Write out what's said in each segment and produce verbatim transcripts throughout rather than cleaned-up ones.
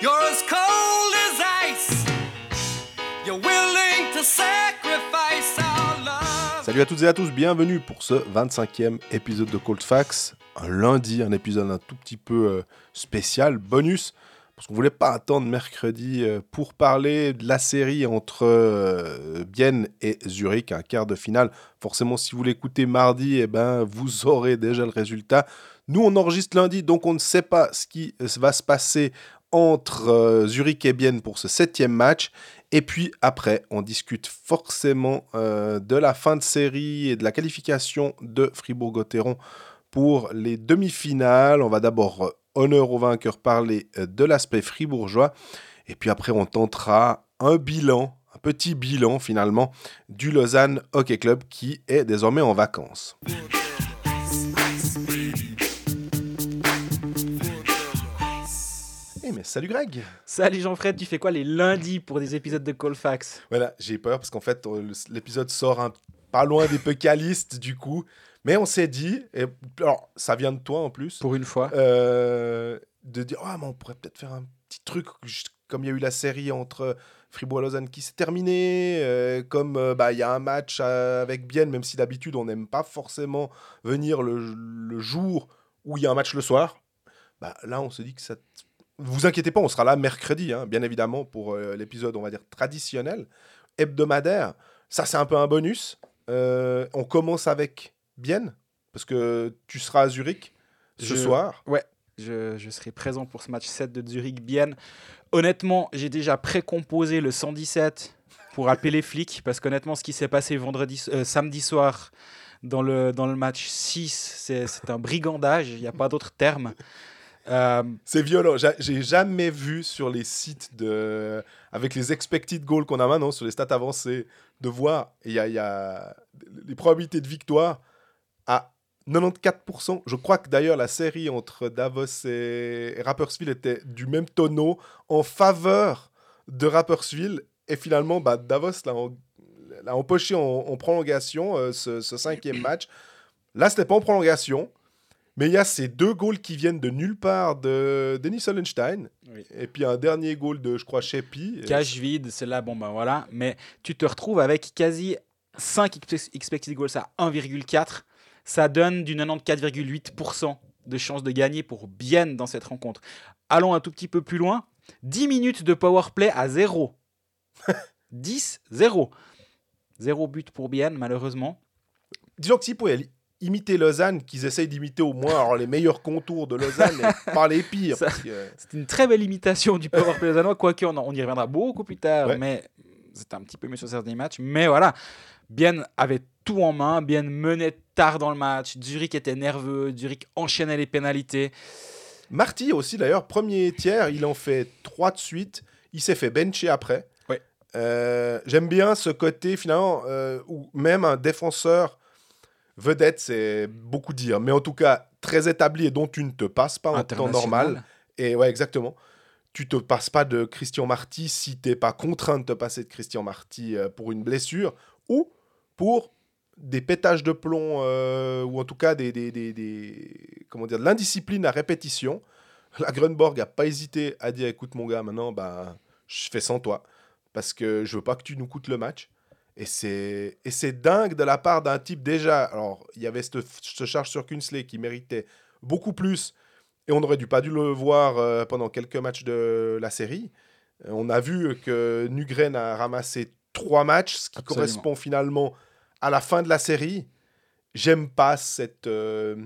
You're as cold as ice. You're willing to sacrifice our love. Salut à toutes et à tous, bienvenue pour ce vingt-cinquième épisode de Cold Facts. Un lundi, un épisode un tout petit peu euh, spécial, bonus, parce qu'on ne voulait pas attendre mercredi euh, pour parler de la série entre euh, Bienne et Zurich, un quart de finale. Forcément, si vous l'écoutez mardi, eh ben, vous aurez déjà le résultat. Nous, on enregistre lundi, donc on ne sait pas ce qui va se passer entre euh, Zurich et Bienne pour ce septième match. Et puis après, on discute forcément euh, de la fin de série et de la qualification de Fribourg-Gotteron pour les demi-finales. On va d'abord, euh, honneur au vainqueur, parler euh, de l'aspect fribourgeois. Et puis après, on tentera un bilan, un petit bilan finalement, du Lausanne Hockey Club qui est désormais en vacances. Hey, mais salut Greg. Salut Jean-Fred, tu fais quoi les lundis pour des épisodes de Colfax? Voilà, j'ai peur parce qu'en fait, l'épisode sort un, pas loin des peu calistes du coup. Mais on s'est dit, et alors ça vient de toi en plus, Pour une fois. euh, de dire, ah, mais on pourrait peut-être faire un petit truc, comme il y a eu la série entre Fribourg et Lausanne qui s'est terminée, euh, comme il euh, bah, y a un match euh, avec Bienne, même si d'habitude on n'aime pas forcément venir le, le jour où il y a un match le soir. Bah, là, on se dit que ça... Vous inquiétez pas, on sera là mercredi, hein, bien évidemment, pour euh, l'épisode, on va dire, traditionnel, hebdomadaire. Ça, c'est un peu un bonus. Euh, on commence avec Bienne, parce que tu seras à Zurich ce Je... soir. Ouais, je, je serai présent pour ce match sept de Zurich-Bienne. Honnêtement, j'ai déjà précomposé le cent dix-sept pour appeler les flics, parce qu'honnêtement, ce qui s'est passé vendredi, euh, samedi soir dans le, dans le match six, c'est, c'est un brigandage, il n'y a pas d'autre terme. Euh... C'est violent. J'ai, j'ai jamais vu sur les sites de, avec les expected goals qu'on a maintenant sur les stats avancées, de voir il y a, y a les probabilités de victoire à quatre-vingt-quatorze pour cent. Je crois que d'ailleurs la série entre Davos et, et Rapperswil était du même tonneau en faveur de Rapperswil et finalement bah, Davos l'a, en, l'a empoché en, en prolongation euh, ce, ce cinquième match. Là c'était pas en prolongation. Mais il y a ces deux goals qui viennent de nulle part de Denis Hollenstein. Oui. Et puis un dernier goal de, je crois, Sheppy. Cache vide, c'est là, bon ben voilà. Mais tu te retrouves avec quasi cinq expected goals à un virgule quatre. Ça donne du quatre-vingt-quatorze virgule huit pour cent de chances de gagner pour Bienne dans cette rencontre. Allons un tout petit peu plus loin. dix minutes de powerplay à zéro. dix zéro. Zéro but pour Bienne, malheureusement. Disons que si pour aller imiter Lausanne, qu'ils essayent d'imiter au moins alors, les meilleurs contours de Lausanne et pas les pires. Ça, parce que... C'est une très belle imitation du powerplay lausannois, quoique on, on y reviendra beaucoup plus tard, ouais. Mais c'était un petit peu mieux sur certains matchs. Mais voilà, Bienne avait tout en main, Bienne menait tard dans le match, Zurich était nerveux, Zurich enchaînait les pénalités. Marty aussi d'ailleurs, premier tiers, il en fait trois de suite, il s'est fait bencher après. Ouais. Euh, j'aime bien ce côté finalement euh, où même un défenseur vedette, c'est beaucoup dire, mais en tout cas très établi et dont tu ne te passes pas en temps normal. Et ouais, exactement. Tu te passes pas de Christian Marty si t'es pas contraint de te passer de Christian Marty euh, pour une blessure ou pour des pétages de plomb euh, ou en tout cas des, des, des, des comment dire de l'indiscipline à répétition. La Grunborg a pas hésité à dire écoute mon gars, maintenant bah je fais sans toi parce que je veux pas que tu nous coûtes le match. Et c'est, et c'est dingue de la part d'un type déjà... Alors, il y avait cette, cette charge sur Kunsley qui méritait beaucoup plus. Et on n'aurait dû pas dû le voir euh, pendant quelques matchs de la série. Euh, on a vu que Nugren a ramassé trois matchs, ce qui Absolument. correspond finalement à la fin de la série. J'aime pas cette... Euh,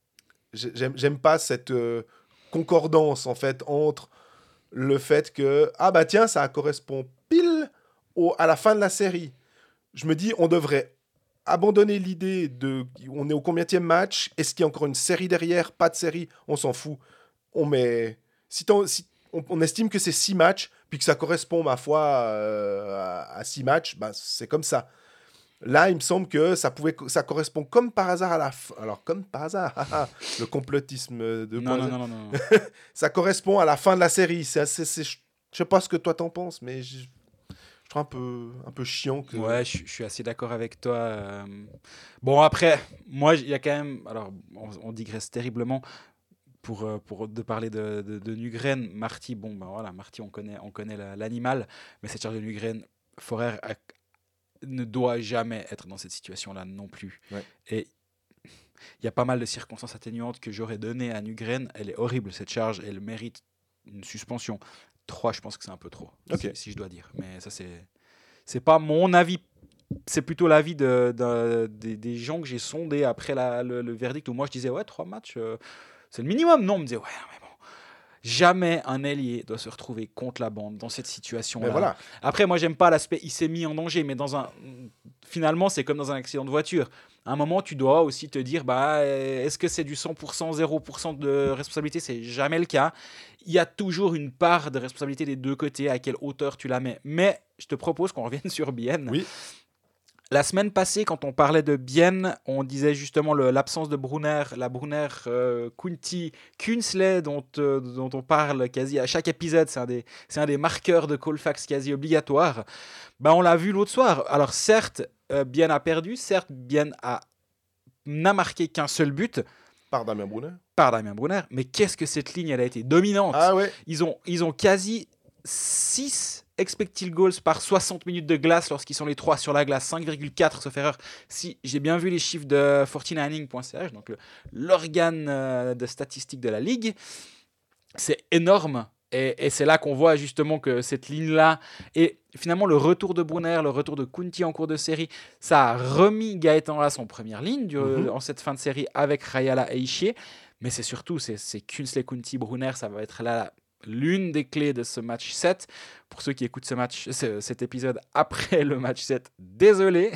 j'aime, j'aime pas cette euh, concordance, en fait, entre le fait que... Ah bah tiens, ça correspond pile au, à la fin de la série. Je me dis, on devrait abandonner l'idée de... On est au combienième match? Est-ce qu'il y a encore une série derrière? Pas de série, on s'en fout. On met... Si, si on, on estime que c'est six matchs, puis que ça correspond, ma foi, euh, à, à six matchs, bah, c'est comme ça. Là, il me semble que ça, pouvait, ça correspond comme par hasard à la fin. Alors, comme par hasard, le complotisme de... Non, non, non, non, non. Ça correspond à la fin de la série. C'est assez, c'est, je sais pas ce que toi t'en penses, mais... Je... Je trouve un peu, un peu chiant. Que... Ouais, je, je suis assez d'accord avec toi. Euh... Bon, après, moi, il y a quand même... Alors, on, on digresse terriblement. pour, pour de parler de, de, de Nugren, Marty, bon, ben voilà, Marty, on connaît, on connaît la, l'animal, mais cette charge de Nugren, Forer a, ne doit jamais être dans cette situation-là non plus. Ouais. Et il y a pas mal de circonstances atténuantes que j'aurais données à Nugren. Elle est horrible, cette charge. Elle mérite une suspension. trois, je pense que c'est un peu trop, okay. si, si je dois dire. Mais ça, c'est, c'est pas mon avis. C'est plutôt l'avis de, de, de, des gens que j'ai sondés après la, le, le verdict, où moi, je disais, ouais, trois matchs, euh, c'est le minimum. Non, on me disait, ouais, mais bon. Jamais un ailier doit se retrouver contre la bande dans cette situation-là. Voilà. Après, moi, j'aime pas l'aspect il s'est mis en danger, mais dans un... finalement, c'est comme dans un accident de voiture. À un moment, tu dois aussi te dire, bah, est-ce que c'est du cent pour cent, zéro pour cent de responsabilité ? C'est jamais le cas. Il y a toujours une part de responsabilité des deux côtés, à quelle hauteur tu la mets. Mais je te propose qu'on revienne sur Bienne. Oui. La semaine passée, quand on parlait de Bienne, on disait justement le, l'absence de Brunner, la Brunner, euh, Kunti, Künzle, dont, euh, dont on parle quasi à chaque épisode. C'est un des, c'est un des marqueurs de Colfax quasi obligatoire. Ben, on l'a vu l'autre soir. Alors certes, euh, Bienne a perdu. Certes, Bienne a, n'a marqué qu'un seul but. Par Damien Brunner. Par Damien Brunner. Mais qu'est-ce que cette ligne, elle a été dominante. Ah ouais. Ils ont, ils ont quasi six expected goals par soixante minutes de glace lorsqu'ils sont les trois sur la glace, cinq virgule quatre sauf erreur. Si j'ai bien vu les chiffres de forty-nining point c h, donc le, l'organe euh, de statistique de la ligue, c'est énorme. Et, et c'est là qu'on voit justement que cette ligne-là, et finalement le retour de Brunner, le retour de Kunti en cours de série, ça a remis Gaëtan Haas en première ligne du, mm-hmm. en cette fin de série avec Rayala et Ishier. Mais c'est surtout, c'est, c'est Künzle, Kunti, Brunner, ça va être là l'une des clés de ce match sept. Pour ceux qui écoutent ce match, ce, cet épisode après le match sept, désolé.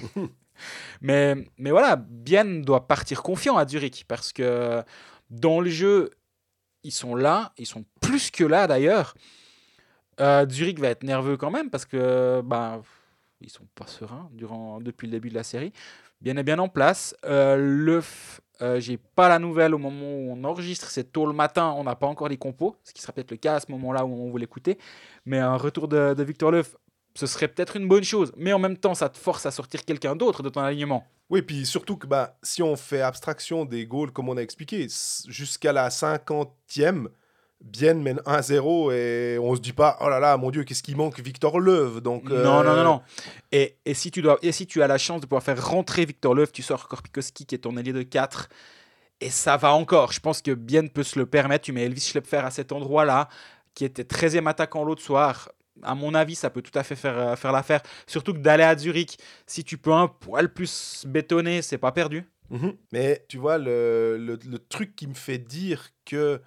mais, mais voilà, Bienne doit partir confiant à Zurich parce que dans le jeu, ils sont là, ils sont plus que là d'ailleurs. Euh, Zurich va être nerveux quand même parce que ben, ils sont pas sereins durant, depuis le début de la série. Bienne est bien en place. Euh, le f... Euh, j'ai pas la nouvelle au moment où on enregistre, c'est tôt le matin, on n'a pas encore les compos, ce qui sera peut-être le cas à ce moment-là où on vous l'écoutez, mais un retour de, de Victor Löw, ce serait peut-être une bonne chose, mais en même temps ça te force à sortir quelqu'un d'autre de ton alignement. Oui, puis surtout que bah, si on fait abstraction des goals comme on a expliqué, jusqu'à la cinquantième, Bienne mène un zéro et on se dit pas oh là là mon Dieu qu'est-ce qui manque Victor Löw donc euh... non non non non et, et si tu dois et si tu as la chance de pouvoir faire rentrer Victor Löw, tu sors Korpikoski qui est ton ailier de quatre et ça va encore. Je pense que Bienne peut se le permettre. Tu mets Elvis Schlepfer à cet endroit-là qui était treizième attaquant l'autre soir. À mon avis, ça peut tout à fait faire, faire l'affaire. Surtout que d'aller à Zurich, si tu peux un poil plus bétonner, c'est pas perdu. Mmh. Mais tu vois le, le, le truc qui me fait dire que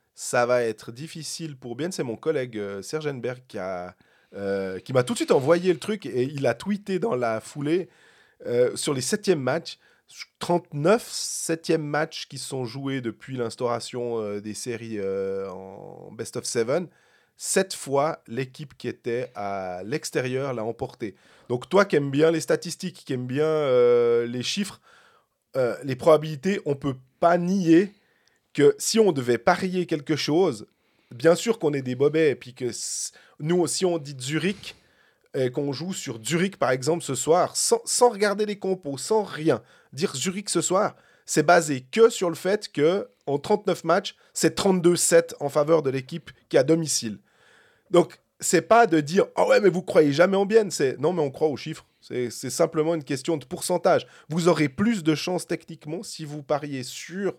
ça va être difficile pour Bienne, c'est mon collègue euh, Serge Enberg qui, a, euh, qui m'a tout de suite envoyé le truc et il a tweeté dans la foulée euh, sur les septièmes matchs, trente-neuf septièmes matchs qui sont joués depuis l'instauration euh, des séries euh, en best of seven. Sept fois, l'équipe qui était à l'extérieur l'a emporté. Donc toi qui aimes bien les statistiques, qui aimes bien euh, les chiffres, euh, les probabilités, on ne peut pas nier que si on devait parier quelque chose, bien sûr qu'on est des bobets, et puis que nous, si on dit Zurich, et qu'on joue sur Zurich, par exemple, ce soir, sans, sans regarder les compos, sans rien, dire Zurich ce soir, c'est basé que sur le fait qu'en trente-neuf matchs, c'est trente-deux sept en faveur de l'équipe qui est à domicile. Donc, c'est pas de dire « Ah oh ouais, mais vous croyez jamais en Bienne », c'est « Non, mais on croit aux chiffres ». C'est, c'est simplement une question de pourcentage. Vous aurez plus de chances techniquement si vous pariez sur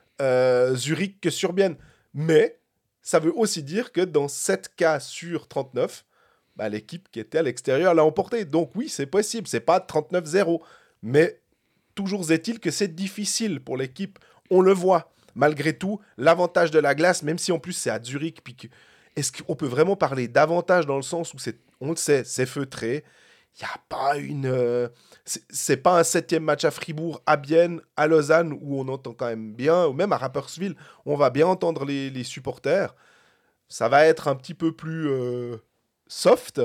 Euh, Zurich que sur Bienne. Mais ça veut aussi dire que dans sept cas sur trente-neuf, bah, l'équipe qui était à l'extérieur l'a emporté. Donc oui, c'est possible. C'est pas trente-neuf zéro. Mais toujours est-il que c'est difficile pour l'équipe. On le voit. Malgré tout, l'avantage de la glace, même si en plus c'est à Zurich, puis que, est-ce qu'on peut vraiment parler d'avantage dans le sens où c'est, on le sait, c'est feutré. Il n'y a pas une... Euh, c'est, c'est pas un septième match à Fribourg, à Bienne, à Lausanne, où on entend quand même bien, ou même à Rapperswil, où on va bien entendre les, les supporters. Ça va être un petit peu plus euh, soft,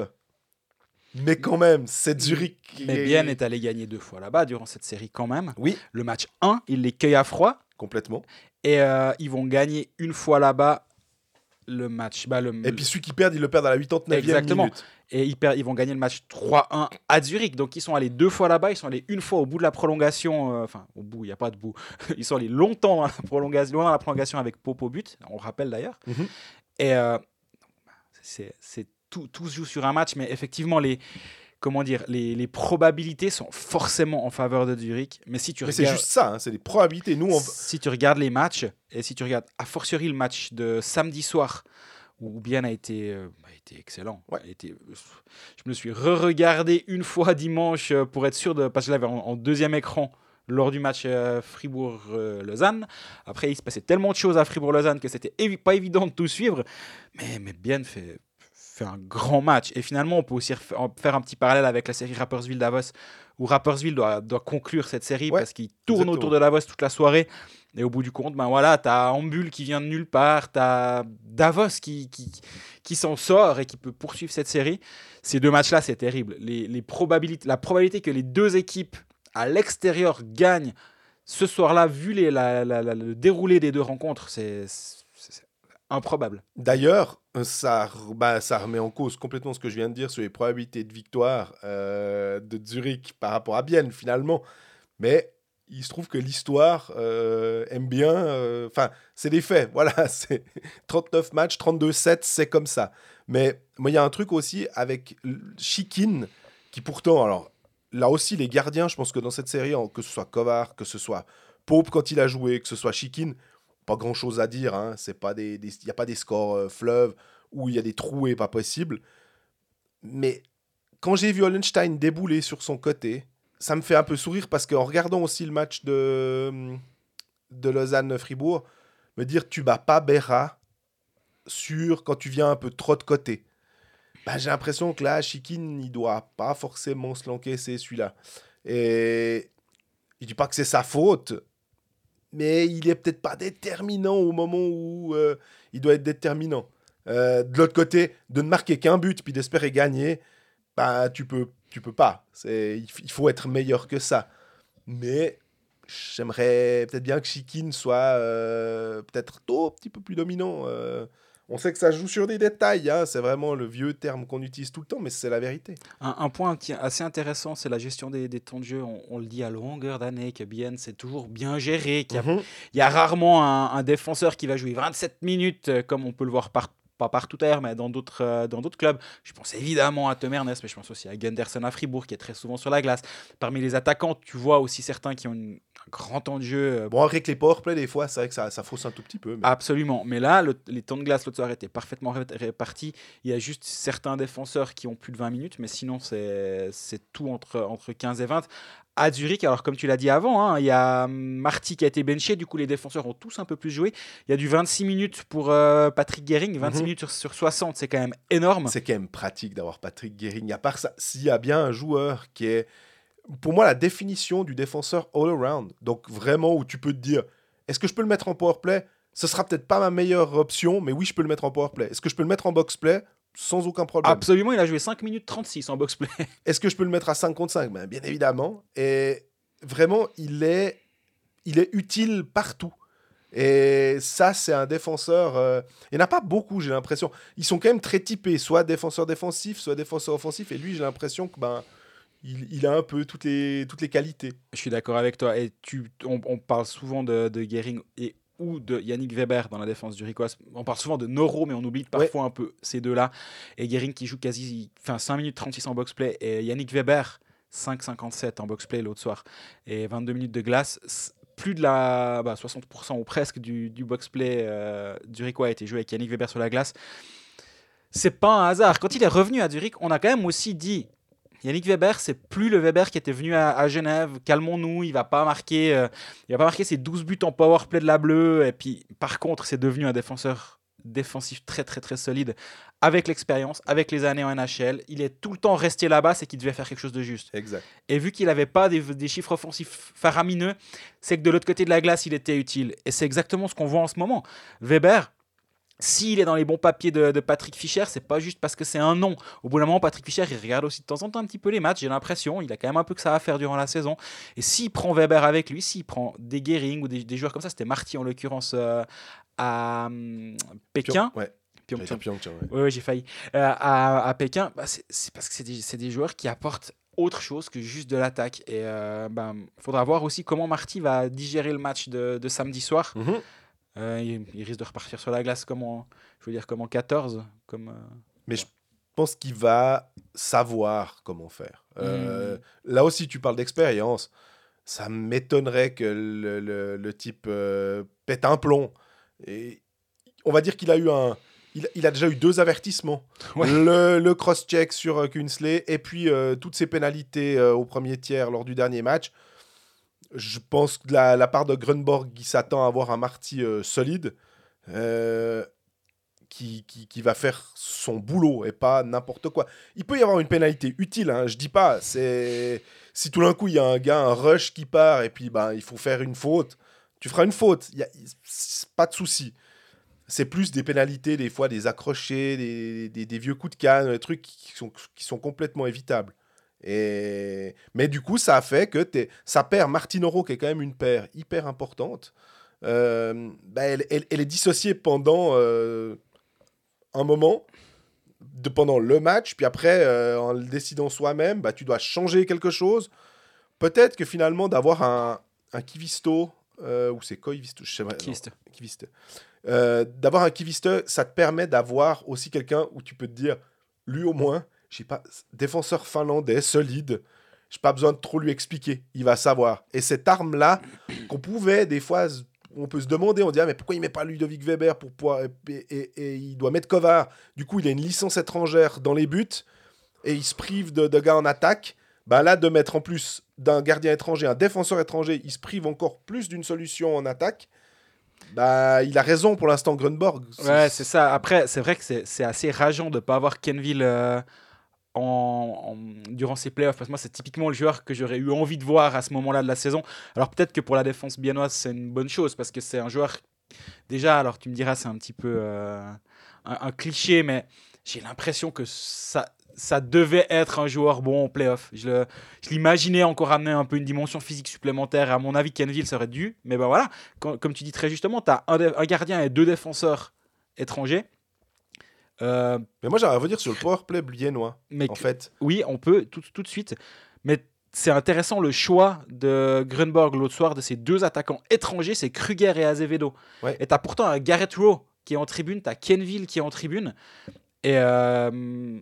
mais quand même, c'est Zurich. Mais Bienne est allé gagner deux fois là-bas durant cette série quand même. Oui. Le match un, ils les cueillent à froid. Complètement. Et euh, ils vont gagner une fois là-bas le match. Bah, le, et puis celui qui perd, il le perd à la quatre-vingt-dix-neuvième exactement. minute. Et ils, perdent, ils vont gagner le match trois un à Zurich. Donc ils sont allés deux fois là-bas. Ils sont allés une fois au bout de la prolongation. Euh, enfin, au bout, il n'y a pas de bout. Ils sont allés longtemps dans la prolongation, loin dans la prolongation avec Pope au but. On rappelle d'ailleurs. Mm-hmm. Et euh, c'est, c'est tout, tout se joue sur un match. Mais effectivement, les, comment dire, les, les probabilités sont forcément en faveur de Zurich. Mais si tu mais regardes, c'est juste ça, hein, c'est les probabilités. Nous, on... si tu regardes les matchs, et si tu regardes a fortiori le match de samedi soir, où Bien a été, euh, a été excellent. Ouais. A été, je me suis re-regardé une fois dimanche pour être sûr de, parce que je l'avais en, en deuxième écran lors du match euh, Fribourg-Lausanne. Après, il se passait tellement de choses à Fribourg-Lausanne que c'était évi- pas évident de tout suivre. Mais, mais Bien fait, fait un grand match. Et finalement, on peut aussi refa- faire un petit parallèle avec la série Rapperswil-Davos, où Rapperswil doit, doit conclure cette série ouais, parce qu'il tourne exactement. autour de Davos toute la soirée. Et au bout du compte, ben voilà, t'as Ambul qui vient de nulle part, t'as Davos qui, qui, qui s'en sort et qui peut poursuivre cette série. Ces deux matchs-là, c'est terrible. Les, les probabilités, la probabilité que les deux équipes à l'extérieur gagnent ce soir-là, vu les, la, la, la, le déroulé des deux rencontres, c'est, c'est, c'est improbable. D'ailleurs, ça, bah, ça remet en cause complètement ce que je viens de dire sur les probabilités de victoire euh, de Zurich par rapport à Bienne, finalement. Mais il se trouve que l'histoire euh, aime bien... Enfin, euh, c'est des faits, voilà. C'est trente-neuf matchs, trente-deux sept, c'est comme ça. Mais moi, il y a un truc aussi avec Chikin, qui pourtant... alors là aussi, les gardiens, je pense que dans cette série, que ce soit Kovar, que ce soit Pope quand il a joué, que ce soit Chikin, pas grand-chose à dire. Hein. Il n'y a pas des scores euh, fleuves où il y a des trous et pas possible. Mais quand j'ai vu Hollenstein débouler sur son côté... ça me fait un peu sourire parce qu'en regardant aussi le match de, de Lausanne-Fribourg, me dire tu bats pas Berra sur quand tu viens un peu trop de côté. Bah, j'ai l'impression que là, Chikin, il doit pas forcément se l'encaisser celui-là. Et je dis pas que c'est sa faute, mais il est peut-être pas déterminant au moment où euh, il doit être déterminant. Euh, de l'autre côté, de ne marquer qu'un but puis d'espérer gagner, bah, tu peux Tu peux pas. C'est, il faut être meilleur que ça. Mais j'aimerais peut-être bien que Chikin soit euh, peut-être un petit peu plus dominant. Euh, on sait que ça joue sur des détails. Hein, c'est vraiment le vieux terme qu'on utilise tout le temps, mais c'est la vérité. Un, un point qui est assez intéressant, c'est la gestion des, des temps de jeu. On, on le dit à longueur d'année, que Bien, c'est toujours bien géré. Qu'il y a, Mm-hmm. il y a rarement un, un défenseur qui va jouer vingt-sept minutes, comme on peut le voir partout. Pas partout ailleurs, mais dans d'autres, euh, dans d'autres clubs. Je pense évidemment à Tom Ernest, mais je pense aussi à Gunderson à Fribourg, qui est très souvent sur la glace. Parmi les attaquants, tu vois aussi certains qui ont une, un grand temps de jeu. Euh, bon, avec les powerplay, des fois, c'est vrai que ça, ça fausse un tout petit peu. Mais... absolument. Mais là, le, les temps de glace l'autre soir étaient parfaitement ré- répartis. Il y a juste certains défenseurs qui ont plus de vingt minutes, mais sinon, c'est, c'est tout entre, entre quinze et vingt. À Zurich, alors comme tu l'as dit avant, hein, il y a Marty qui a été benché, du coup les défenseurs ont tous un peu plus joué. Il y a du vingt-six minutes pour euh, Patrick Gehring, vingt-six mm-hmm. minutes sur, sur soixante, c'est quand même énorme. C'est quand même pratique d'avoir Patrick Gehring. À part ça, s'il y a bien un joueur qui est, pour moi, la définition du défenseur all-around, donc vraiment où tu peux te dire, est-ce que je peux le mettre en powerplay ? Ce sera peut-être pas ma meilleure option, mais oui, je peux le mettre en powerplay. Est-ce que je peux le mettre en box-play ? Sans aucun problème. Absolument, il a joué cinq minutes trente-six en box-play. Est-ce que je peux le mettre à cinq contre cinq ? Ben, bien évidemment. Et vraiment, il est, il est utile partout. Et ça, c'est un défenseur... Euh... Il n'y en a pas beaucoup, j'ai l'impression. Ils sont quand même très typés, soit défenseur défensif, soit défenseur offensif. Et lui, j'ai l'impression que ben, il, il a un peu toutes les, toutes les qualités. Je suis d'accord avec toi. Et tu, on, on parle souvent de, de Gehring et ou de Yannick Weber dans la défense du Zurichois. On parle souvent de Noro, mais on oublie parfois ouais. un peu ces deux-là. Et Gehring qui joue quasi enfin, cinq minutes trente-six en box-play. Et Yannick Weber, cinq cinquante-sept en box-play l'autre soir. Et vingt-deux minutes de glace. Plus de la bah, soixante pour cent ou presque du, du box-play euh, Zurichois a été joué avec Yannick Weber sur la glace. C'est pas un hasard. Quand il est revenu à Zurich, on a quand même aussi dit... Yannick Weber, c'est plus le Weber qui était venu à, à Genève. Calmons-nous, il va pas marquer, euh, il va pas marquer ses douze buts en powerplay de la bleue. Et puis, par contre, c'est devenu un défenseur défensif très, très, très solide avec l'expérience, avec les années en N H L. Il est tout le temps resté là-bas, c'est qu'il devait faire quelque chose de juste. Exact. Et vu qu'il n'avait pas des, des chiffres offensifs faramineux, c'est que de l'autre côté de la glace, il était utile. Et c'est exactement ce qu'on voit en ce moment. Weber, s'il est dans les bons papiers de, de Patrick Fischer, c'est pas juste parce que c'est un nom. Au bout d'un moment, Patrick Fischer, il regarde aussi de temps en temps un petit peu les matchs, j'ai l'impression. Il a quand même un peu que ça à faire durant la saison. Et s'il prend Weber avec lui, s'il prend des Gehring ou des, des joueurs comme ça, c'était Marty en l'occurrence euh, à euh, Pékin. Ouais. Pyeongchang. Pyeongchang, ouais. Ouais, ouais, j'ai failli. Euh, à, à Pékin, bah, c'est, c'est parce que c'est des, c'est des joueurs qui apportent autre chose que juste de l'attaque. Et il euh, bah, faudra voir aussi comment Marty va digérer le match de, de samedi soir. Mm-hmm. Euh, il, il risque de repartir sur la glace comme en, je veux dire, comme en quatorze. Comme, euh, Mais ouais. Je pense qu'il va savoir comment faire. Euh, mmh. Là aussi, tu parles d'expérience. Ça m'étonnerait que le, le, le type euh, pète un plomb. Et on va dire qu'il a eu un... Il, il a déjà eu deux avertissements. Ouais. Le, le cross-check sur euh, Kingsley et puis euh, toutes ces pénalités euh, au premier tiers lors du dernier match. Je pense que la, la part de Grunborg, qui s'attend à avoir un Marty euh, solide, euh, qui, qui, qui va faire son boulot et pas n'importe quoi. Il peut y avoir une pénalité utile, hein, je dis pas. C'est... Si tout d'un coup, il y a un gars, un rush qui part et puis ben, il faut faire une faute, tu feras une faute. Il y a pas de souci. C'est plus des pénalités, des fois des accrochés, des, des, des vieux coups de canne, des trucs qui sont, qui sont complètement évitables. Et... Mais du coup, ça a fait que t'es... ça perd Martinoro, qui est quand même une paire hyper importante. Euh, bah elle, elle, elle est dissociée pendant euh, un moment, de, pendant le match, puis après, euh, en le décidant soi-même, bah, tu dois changer quelque chose. Peut-être que finalement, d'avoir un, un Kivisto, euh, ou c'est Koivisto, je sais pas. Kivisto. Kivisto. Euh, d'avoir un Kivisto, ça te permet d'avoir aussi quelqu'un où tu peux te dire, lui au moins, je sais pas, défenseur finlandais, solide, j'ai pas besoin de trop lui expliquer, il va savoir. Et cette arme-là, qu'on pouvait des fois, on peut se demander, on dit, ah, mais pourquoi il met pas Ludovic Weber pour pouvoir, et, et, et, et il doit mettre Kovar. Du coup, il a une licence étrangère dans les buts, et il se prive de, de gars en attaque. Ben là, de mettre en plus d'un gardien étranger, un défenseur étranger, il se prive encore plus d'une solution en attaque. Bah, il a raison pour l'instant, Grunborg. Ouais, c'est ça. Après, c'est vrai que c'est, c'est assez rageant de ne pas avoir Quenneville euh, en, en, durant ces playoffs. Parce que moi, c'est typiquement le joueur que j'aurais eu envie de voir à ce moment-là de la saison. Alors peut-être que pour la défense biennoise, c'est une bonne chose. Parce que c'est un joueur... Déjà, alors tu me diras, c'est un petit peu euh, un, un cliché, mais j'ai l'impression que ça... ça devait être un joueur bon en play-off. Je, le, je l'imaginais encore amener un peu une dimension physique supplémentaire. À mon avis, Quenneville serait dû. Mais ben voilà, quand, comme tu dis très justement, tu as un, un gardien et deux défenseurs étrangers. Euh, mais moi, j'aimerais revenir sur le powerplay biennois, en que, fait. Oui, on peut tout, tout de suite. Mais c'est intéressant le choix de Grunborg l'autre soir de ces deux attaquants étrangers, c'est Kruger et Azevedo. Ouais. Et tu as pourtant un Garrett Rowe qui est en tribune, tu as Quenneville qui est en tribune. Et... Euh,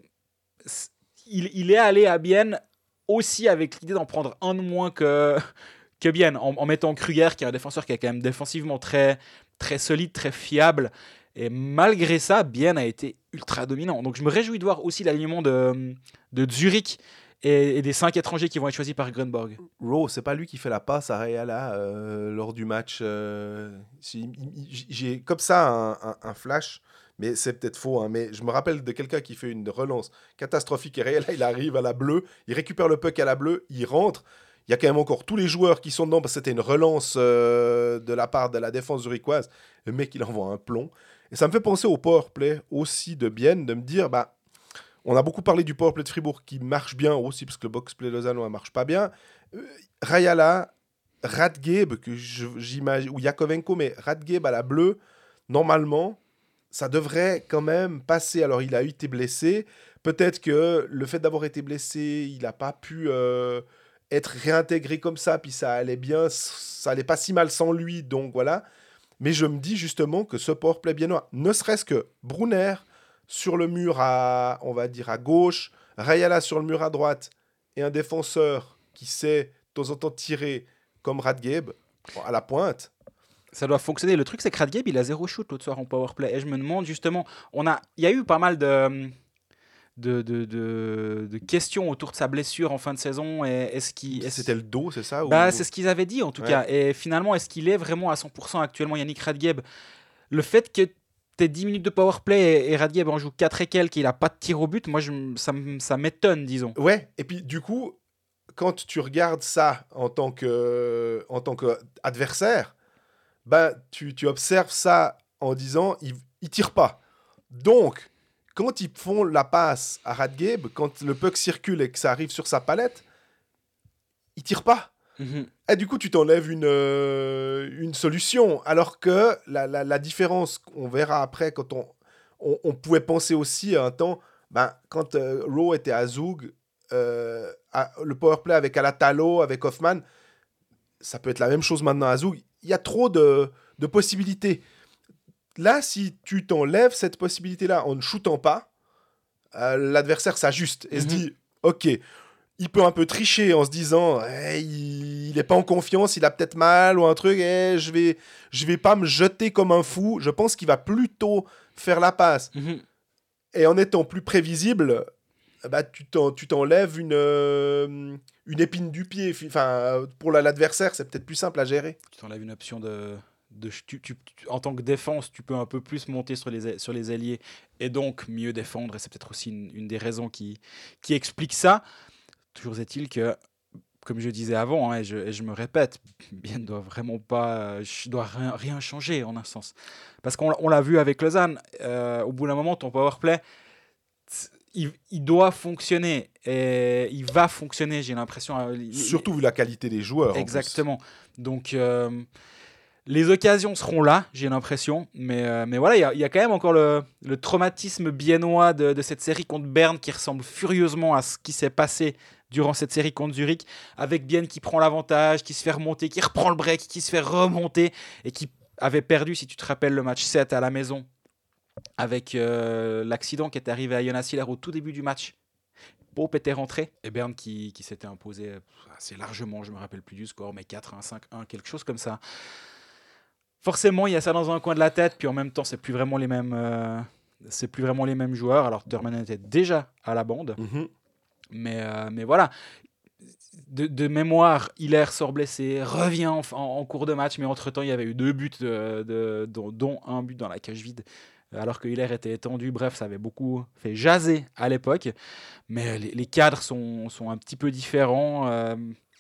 Il, il est allé à Bienne aussi avec l'idée d'en prendre un de moins que, que Bienne, en, en mettant Kruger, qui est un défenseur qui est quand même défensivement très, très solide, très fiable. Et malgré ça, Bienne a été ultra dominant. Donc je me réjouis de voir aussi l'alignement de, de Zurich et, et des cinq étrangers qui vont être choisis par Grunborg. Rowe, c'est pas lui qui fait la passe à Rayala euh, lors du match. Euh, j'ai, j'ai comme ça un, un, un flash. Mais c'est peut-être faux, hein, mais je me rappelle de quelqu'un qui fait une relance catastrophique. Et là, il arrive à la bleue, il récupère le puck à la bleue, il rentre. Il y a quand même encore tous les joueurs qui sont dedans, parce que c'était une relance euh, de la part de la défense zurichoise. Le mec, il envoie un plomb. Et ça me fait penser au powerplay aussi de Bienne, de me dire, bah, on a beaucoup parlé du powerplay de Fribourg qui marche bien aussi, parce que le box-play lausannois ne marche pas bien. Euh, Rayala, Radgeb, que je, j'imagine, ou Yakovenko, mais Radgeb à la bleue, normalement... ça devrait quand même passer. Alors, il a été blessé. Peut-être que le fait d'avoir été blessé, il n'a pas pu euh, être réintégré comme ça, puis ça allait bien, ça allait pas si mal sans lui, donc voilà. Mais je me dis justement que ce powerplay biennois, ne serait-ce que Brunner sur le mur à, on va dire, à gauche, Rayala sur le mur à droite, et un défenseur qui sait de temps en temps tirer comme Radgeb, à la pointe... ça doit fonctionner. Le truc, c'est que Radgeb, il a zéro shoot l'autre soir en powerplay. Et je me demande justement, on a, il y a eu pas mal de, de, de, de, de questions autour de sa blessure en fin de saison. Et est-ce qu'il, est-ce... C'était le dos, c'est ça ou... bah, c'est ce qu'ils avaient dit en tout ouais. cas. Et finalement, est-ce qu'il est vraiment à cent pour cent actuellement, Yannick Radgeb? Le fait que tu aies dix minutes de powerplay et Radgeb en joue quatre et quelques, qu'il n'a pas de tir au but, moi, je, ça, ça m'étonne, disons. Ouais, et puis du coup, quand tu regardes ça en tant que, en tant qu'adversaire, ben, tu, tu observes ça en disant il ne tire pas. Donc, quand ils font la passe à Radgeb, quand le puck circule et que ça arrive sur sa palette, il ne tire pas. Mm-hmm. Et du coup, tu t'enlèves une, euh, une solution. Alors que la, la, la différence, on verra après, quand on, on, on pouvait penser aussi à un temps, ben, quand euh, Rowe était à Zug, euh, à, le powerplay avec Alatalo, avec Hoffman, ça peut être la même chose maintenant à Zug. Il y a trop de, de possibilités. Là, si tu t'enlèves cette possibilité-là en ne shootant pas, euh, l'adversaire s'ajuste et mm-hmm. se dit, OK, il peut un peu tricher en se disant, hey, il n'est pas en confiance, il a peut-être mal ou un truc, hey, je vais, je vais pas me jeter comme un fou. Je pense qu'il va plutôt faire la passe. Mm-hmm. Et en étant plus prévisible, bah, tu, t'en, tu t'enlèves une, euh, une épine du pied. Enfin, pour l'adversaire, c'est peut-être plus simple à gérer. Tu t'enlèves une option de... De, tu, tu, tu, en tant que défense, tu peux un peu plus monter sur les, sur les ailiers et donc mieux défendre. Et c'est peut-être aussi une, une des raisons qui, qui explique ça. Toujours est-il que, comme je disais avant, hein, et, je, et je me répète, bien ne doit vraiment pas, je dois rien, rien changer en un sens. Parce qu'on on l'a vu avec Lausanne, euh, au bout d'un moment, ton powerplay, il, il doit fonctionner et il va fonctionner, j'ai l'impression. Surtout vu la qualité des joueurs. Exactement. Donc... Euh, les occasions seront là, j'ai l'impression. Mais, euh, mais voilà, il y, y a quand même encore le, le traumatisme biennois de, de cette série contre Berne qui ressemble furieusement à ce qui s'est passé durant cette série contre Zurich. Avec Bienne qui prend l'avantage, qui se fait remonter, qui reprend le break, qui se fait remonter et qui avait perdu, si tu te rappelles, le match sept à la maison avec euh, l'accident qui est arrivé à Jonas Hiller au tout début du match. Pope était rentré et Berne qui, qui s'était imposé assez largement, je ne me rappelle plus du score, mais quatre un, cinq un, quelque chose comme ça. Forcément, il y a ça dans un coin de la tête, puis en même temps, c'est plus vraiment les mêmes, euh, c'est plus vraiment les mêmes joueurs. Alors, Thurman était déjà à la bande, mm-hmm. mais, euh, mais voilà. De, de mémoire, Hiller sort blessé, revient en, en, en cours de match, mais entre-temps, il y avait eu deux buts, de, de, dont, dont un but dans la cage vide, alors que Hiller était étendu. Bref, ça avait beaucoup fait jaser à l'époque, mais les, les cadres sont, sont un petit peu différents. Euh,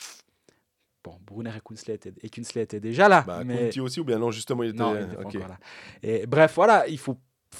Bon, Brunner et Kunsley étaient, et Kunsley étaient déjà là. Bah, mais... Kunti aussi, ou bien non, justement, il était, non, il était pas okay. encore là. Et, bref, voilà, il faut...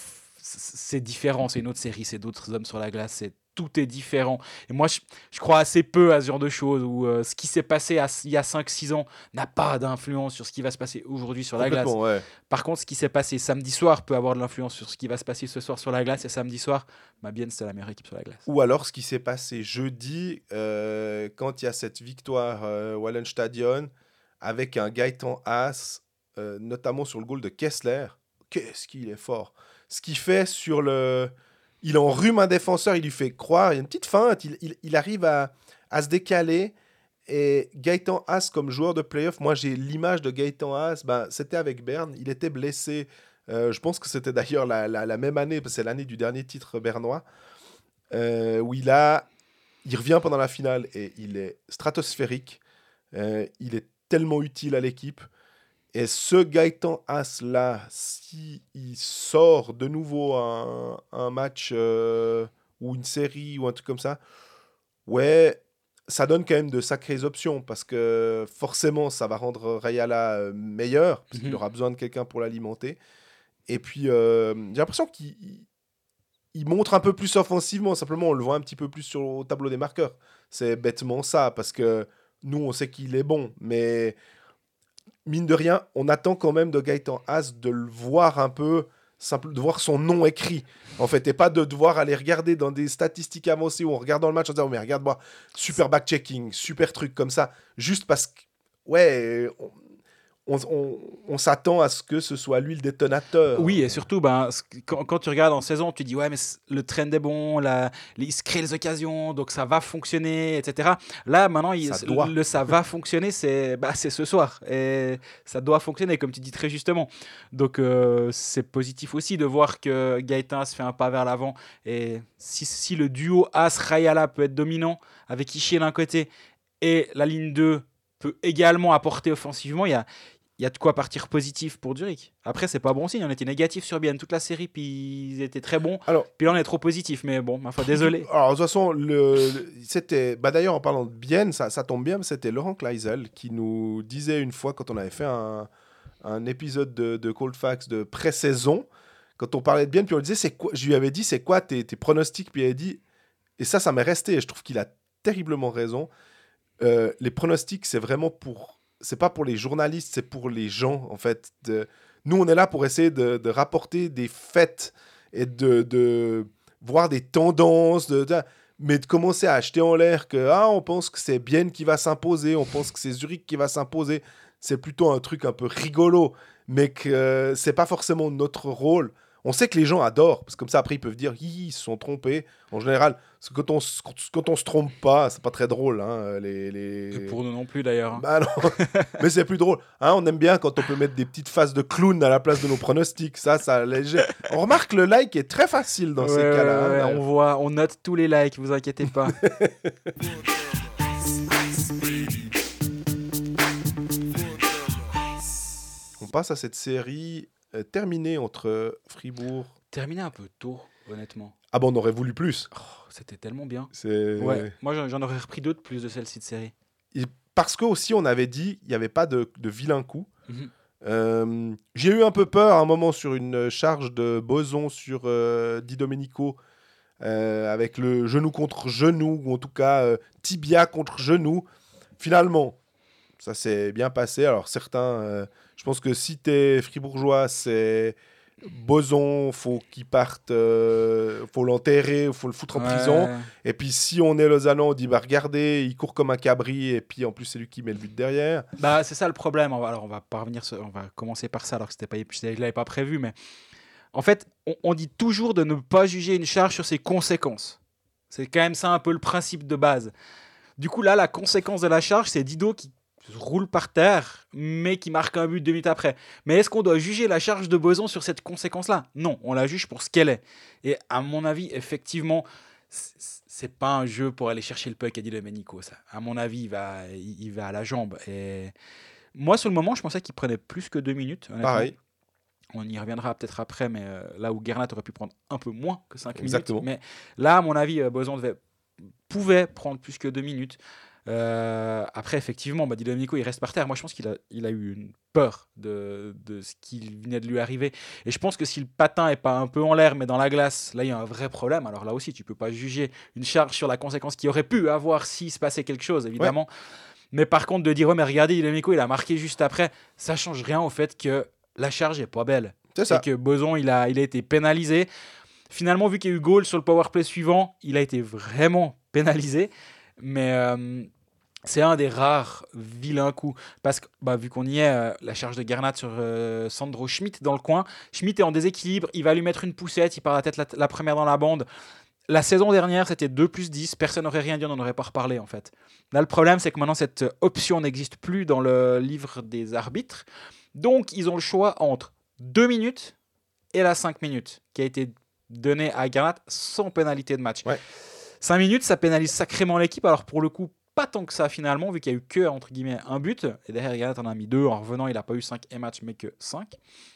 c'est différent, c'est une autre série, c'est d'autres hommes sur la glace, c'est... tout est différent. Et moi, je, je crois assez peu à ce genre de choses où euh, ce qui s'est passé à, il y a cinq six ans n'a pas d'influence sur ce qui va se passer aujourd'hui sur la glace. Ouais. Par contre, ce qui s'est passé samedi soir peut avoir de l'influence sur ce qui va se passer ce soir sur la glace. Et samedi soir, bah bien, c'est la meilleure équipe sur la glace. Ou alors, ce qui s'est passé jeudi, euh, quand il y a cette victoire euh, Wallenstadion, avec un Gaëtan Haas, euh, notamment sur le goal de Kessler. Qu'est-ce qu'il est fort. Ce qu'il fait sur le... Il enrhume un défenseur, il lui fait croire, il y a une petite feinte, il, il, il arrive à, à se décaler. Et Gaëtan Haas, comme joueur de play-off, moi j'ai l'image de Gaëtan Haas, ben, c'était avec Berne, il était blessé. Euh, je pense que c'était d'ailleurs la, la, la même année, parce que c'est l'année du dernier titre bernois, euh, où il, a, il revient pendant la finale et il est stratosphérique. Euh, il est tellement utile à l'équipe. Et ce Gaëtan Haas-là, s'il sort de nouveau un, un match euh, ou une série ou un truc comme ça, ouais, ça donne quand même de sacrées options parce que forcément, ça va rendre Rayala meilleur parce qu'il mm-hmm. aura besoin de quelqu'un pour l'alimenter. Et puis, euh, j'ai l'impression qu'il il montre un peu plus offensivement. Simplement, on le voit un petit peu plus sur le tableau des marqueurs. C'est bêtement ça parce que nous, on sait qu'il est bon, mais... mine de rien, on attend quand même de Gaëtan Haas de le voir un peu, simple, de voir son nom écrit, en fait, et pas de devoir aller regarder dans des statistiques avancées où on regarde dans le match en disant oh, mais regarde-moi, super back-checking, super truc comme ça, juste parce que, ouais, on, on, on, on s'attend à ce que ce soit lui le détonateur. Oui, et surtout, ben, quand, quand tu regardes en saison, tu dis ouais, mais le trend est bon, la, il se crée les occasions, donc ça va fonctionner, et cetera. Là, maintenant, il, ça le, le ça va fonctionner, c'est, bah, c'est ce soir. Et ça doit fonctionner, comme tu dis très justement. Donc, euh, c'est positif aussi de voir que Gaëtan se fait un pas vers l'avant. Et si, si le duo As-Rayala peut être dominant, avec Ishii d'un côté, et la ligne deux peut également apporter offensivement, il y a il y a de quoi partir positif pour Zurich. Après, c'est pas bon signe. On était négatif sur Bienne toute la série, puis ils étaient très bons. Alors, puis là, on est trop positif. Mais bon, ma foi, désolé. Alors, de toute façon, le, le, c'était... Bah, d'ailleurs, en parlant de Bienne, ça, ça tombe bien, c'était Laurent Kleisel qui nous disait une fois, quand on avait fait un, un épisode de, de Cold Facts de pré-saison, quand on parlait de Bienne, puis on lui disait, c'est quoi... je lui avais dit, c'est quoi tes, tes pronostics? Puis il avait dit... Et ça, ça m'est resté. Et je trouve qu'il a terriblement raison. Euh, les pronostics, c'est vraiment pour... C'est pas pour les journalistes, c'est pour les gens, en fait. De... Nous, on est là pour essayer de, de rapporter des faits et de, de voir des tendances, de, de, mais de commencer à acheter en l'air que ah, on pense que c'est Bienne qui va s'imposer, on pense que c'est Zurich qui va s'imposer, c'est plutôt un truc un peu rigolo, mais que euh, c'est pas forcément notre rôle. On sait que les gens adorent, parce que comme ça, après, ils peuvent dire ils se sont trompés. En général, parce que quand on, quand, quand on se trompe pas, c'est pas très drôle. Hein, les, les... Et pour nous non plus, d'ailleurs. Bah non, mais c'est plus drôle. Hein, on aime bien quand on peut mettre des petites faces de clown à la place de nos pronostics. Ça, ça léger. On remarque le like est très facile dans ouais, ces cas-là. Ouais, hein, on voit, on note tous les likes, vous inquiétez pas. On passe à cette série euh, terminée entre Fribourg. Terminé un peu tôt, honnêtement. Ah bon, on aurait voulu plus. Oh, c'était tellement bien. C'est... Ouais, moi j'en, j'en aurais repris d'autres plus de celle-ci de série. Et parce que aussi on avait dit il n'y avait pas de, de vilain coup. Mm-hmm. Euh, j'ai eu un peu peur à un moment sur une charge de Boson sur euh, Di Domenico euh, avec le genou contre genou ou en tout cas euh, tibia contre genou. Finalement, ça s'est bien passé. Alors certains, euh, je pense que si t'es fribourgeois, c'est Boson, faut qu'il parte, euh, faut l'enterrer, faut le foutre en Ouais. prison. Et puis si on est Lausanne, on dit bah regardez, il court comme un cabri et puis en plus c'est lui qui met le but derrière. Bah c'est ça le problème. On va, alors on va parvenir, sur, on va commencer par ça alors que c'était pas, je l'avais pas prévu, mais en fait on, on dit toujours de ne pas juger une charge sur ses conséquences. C'est quand même ça un peu le principe de base. Du coup là la conséquence de la charge c'est Dido qui roule par terre, mais qui marque un but deux minutes après. Mais est-ce qu'on doit juger la charge de Boson sur cette conséquence-là ? Non, on la juge pour ce qu'elle est. Et à mon avis, effectivement, c'est pas un jeu pour aller chercher le puck à Di Domenico, ça. À mon avis, il va, il va à la jambe. Et moi, sur le moment, je pensais qu'il prenait plus que deux minutes. Pareil. On y reviendra peut-être après, mais euh, là où Gernat aurait pu prendre un peu moins que cinq Exactement. minutes. Mais là, à mon avis, Boson devait, pouvait prendre plus que deux minutes. Euh, après, effectivement, bah, Di Domenico, il reste par terre. Moi, je pense qu'il a, il a eu une peur de, de ce qui venait de lui arriver. Et je pense que si le patin n'est pas un peu en l'air, mais dans la glace, là, il y a un vrai problème. Alors là aussi, tu ne peux pas juger une charge sur la conséquence qu'il aurait pu avoir s'il se passait quelque chose, évidemment. Ouais. Mais par contre, de dire, ouais, mais regardez, Di Domenico, il a marqué juste après, ça ne change rien au fait que la charge n'est pas belle. C'est ça. Et que Boson, il a, il a été pénalisé. Finalement, vu qu'il y a eu goal sur le powerplay suivant, il a été vraiment pénalisé. Mais... Euh, c'est un des rares vilains coups. Parce que, bah, vu qu'on y est, euh, la charge de Gernat sur euh, Sandro Schmidt dans le coin. Schmidt est en déséquilibre. Il va lui mettre une poussette. Il part la tête la, la première dans la bande. La saison dernière, c'était deux plus dix. Personne n'aurait rien dit. On n'en aurait pas reparlé, en fait. Là, le problème, c'est que maintenant, cette option n'existe plus dans le livre des arbitres. Donc, ils ont le choix entre deux minutes et la cinq minutes qui a été donnée à Gernat sans pénalité de match. Ouais. cinq minutes, ça pénalise sacrément l'équipe. Alors, pour le coup, pas tant que ça finalement, vu qu'il n'y a eu que, entre guillemets, un but. Et derrière, Gernat en a mis deux. En revenant, il n'a pas eu cinq matchs, mais que cinq.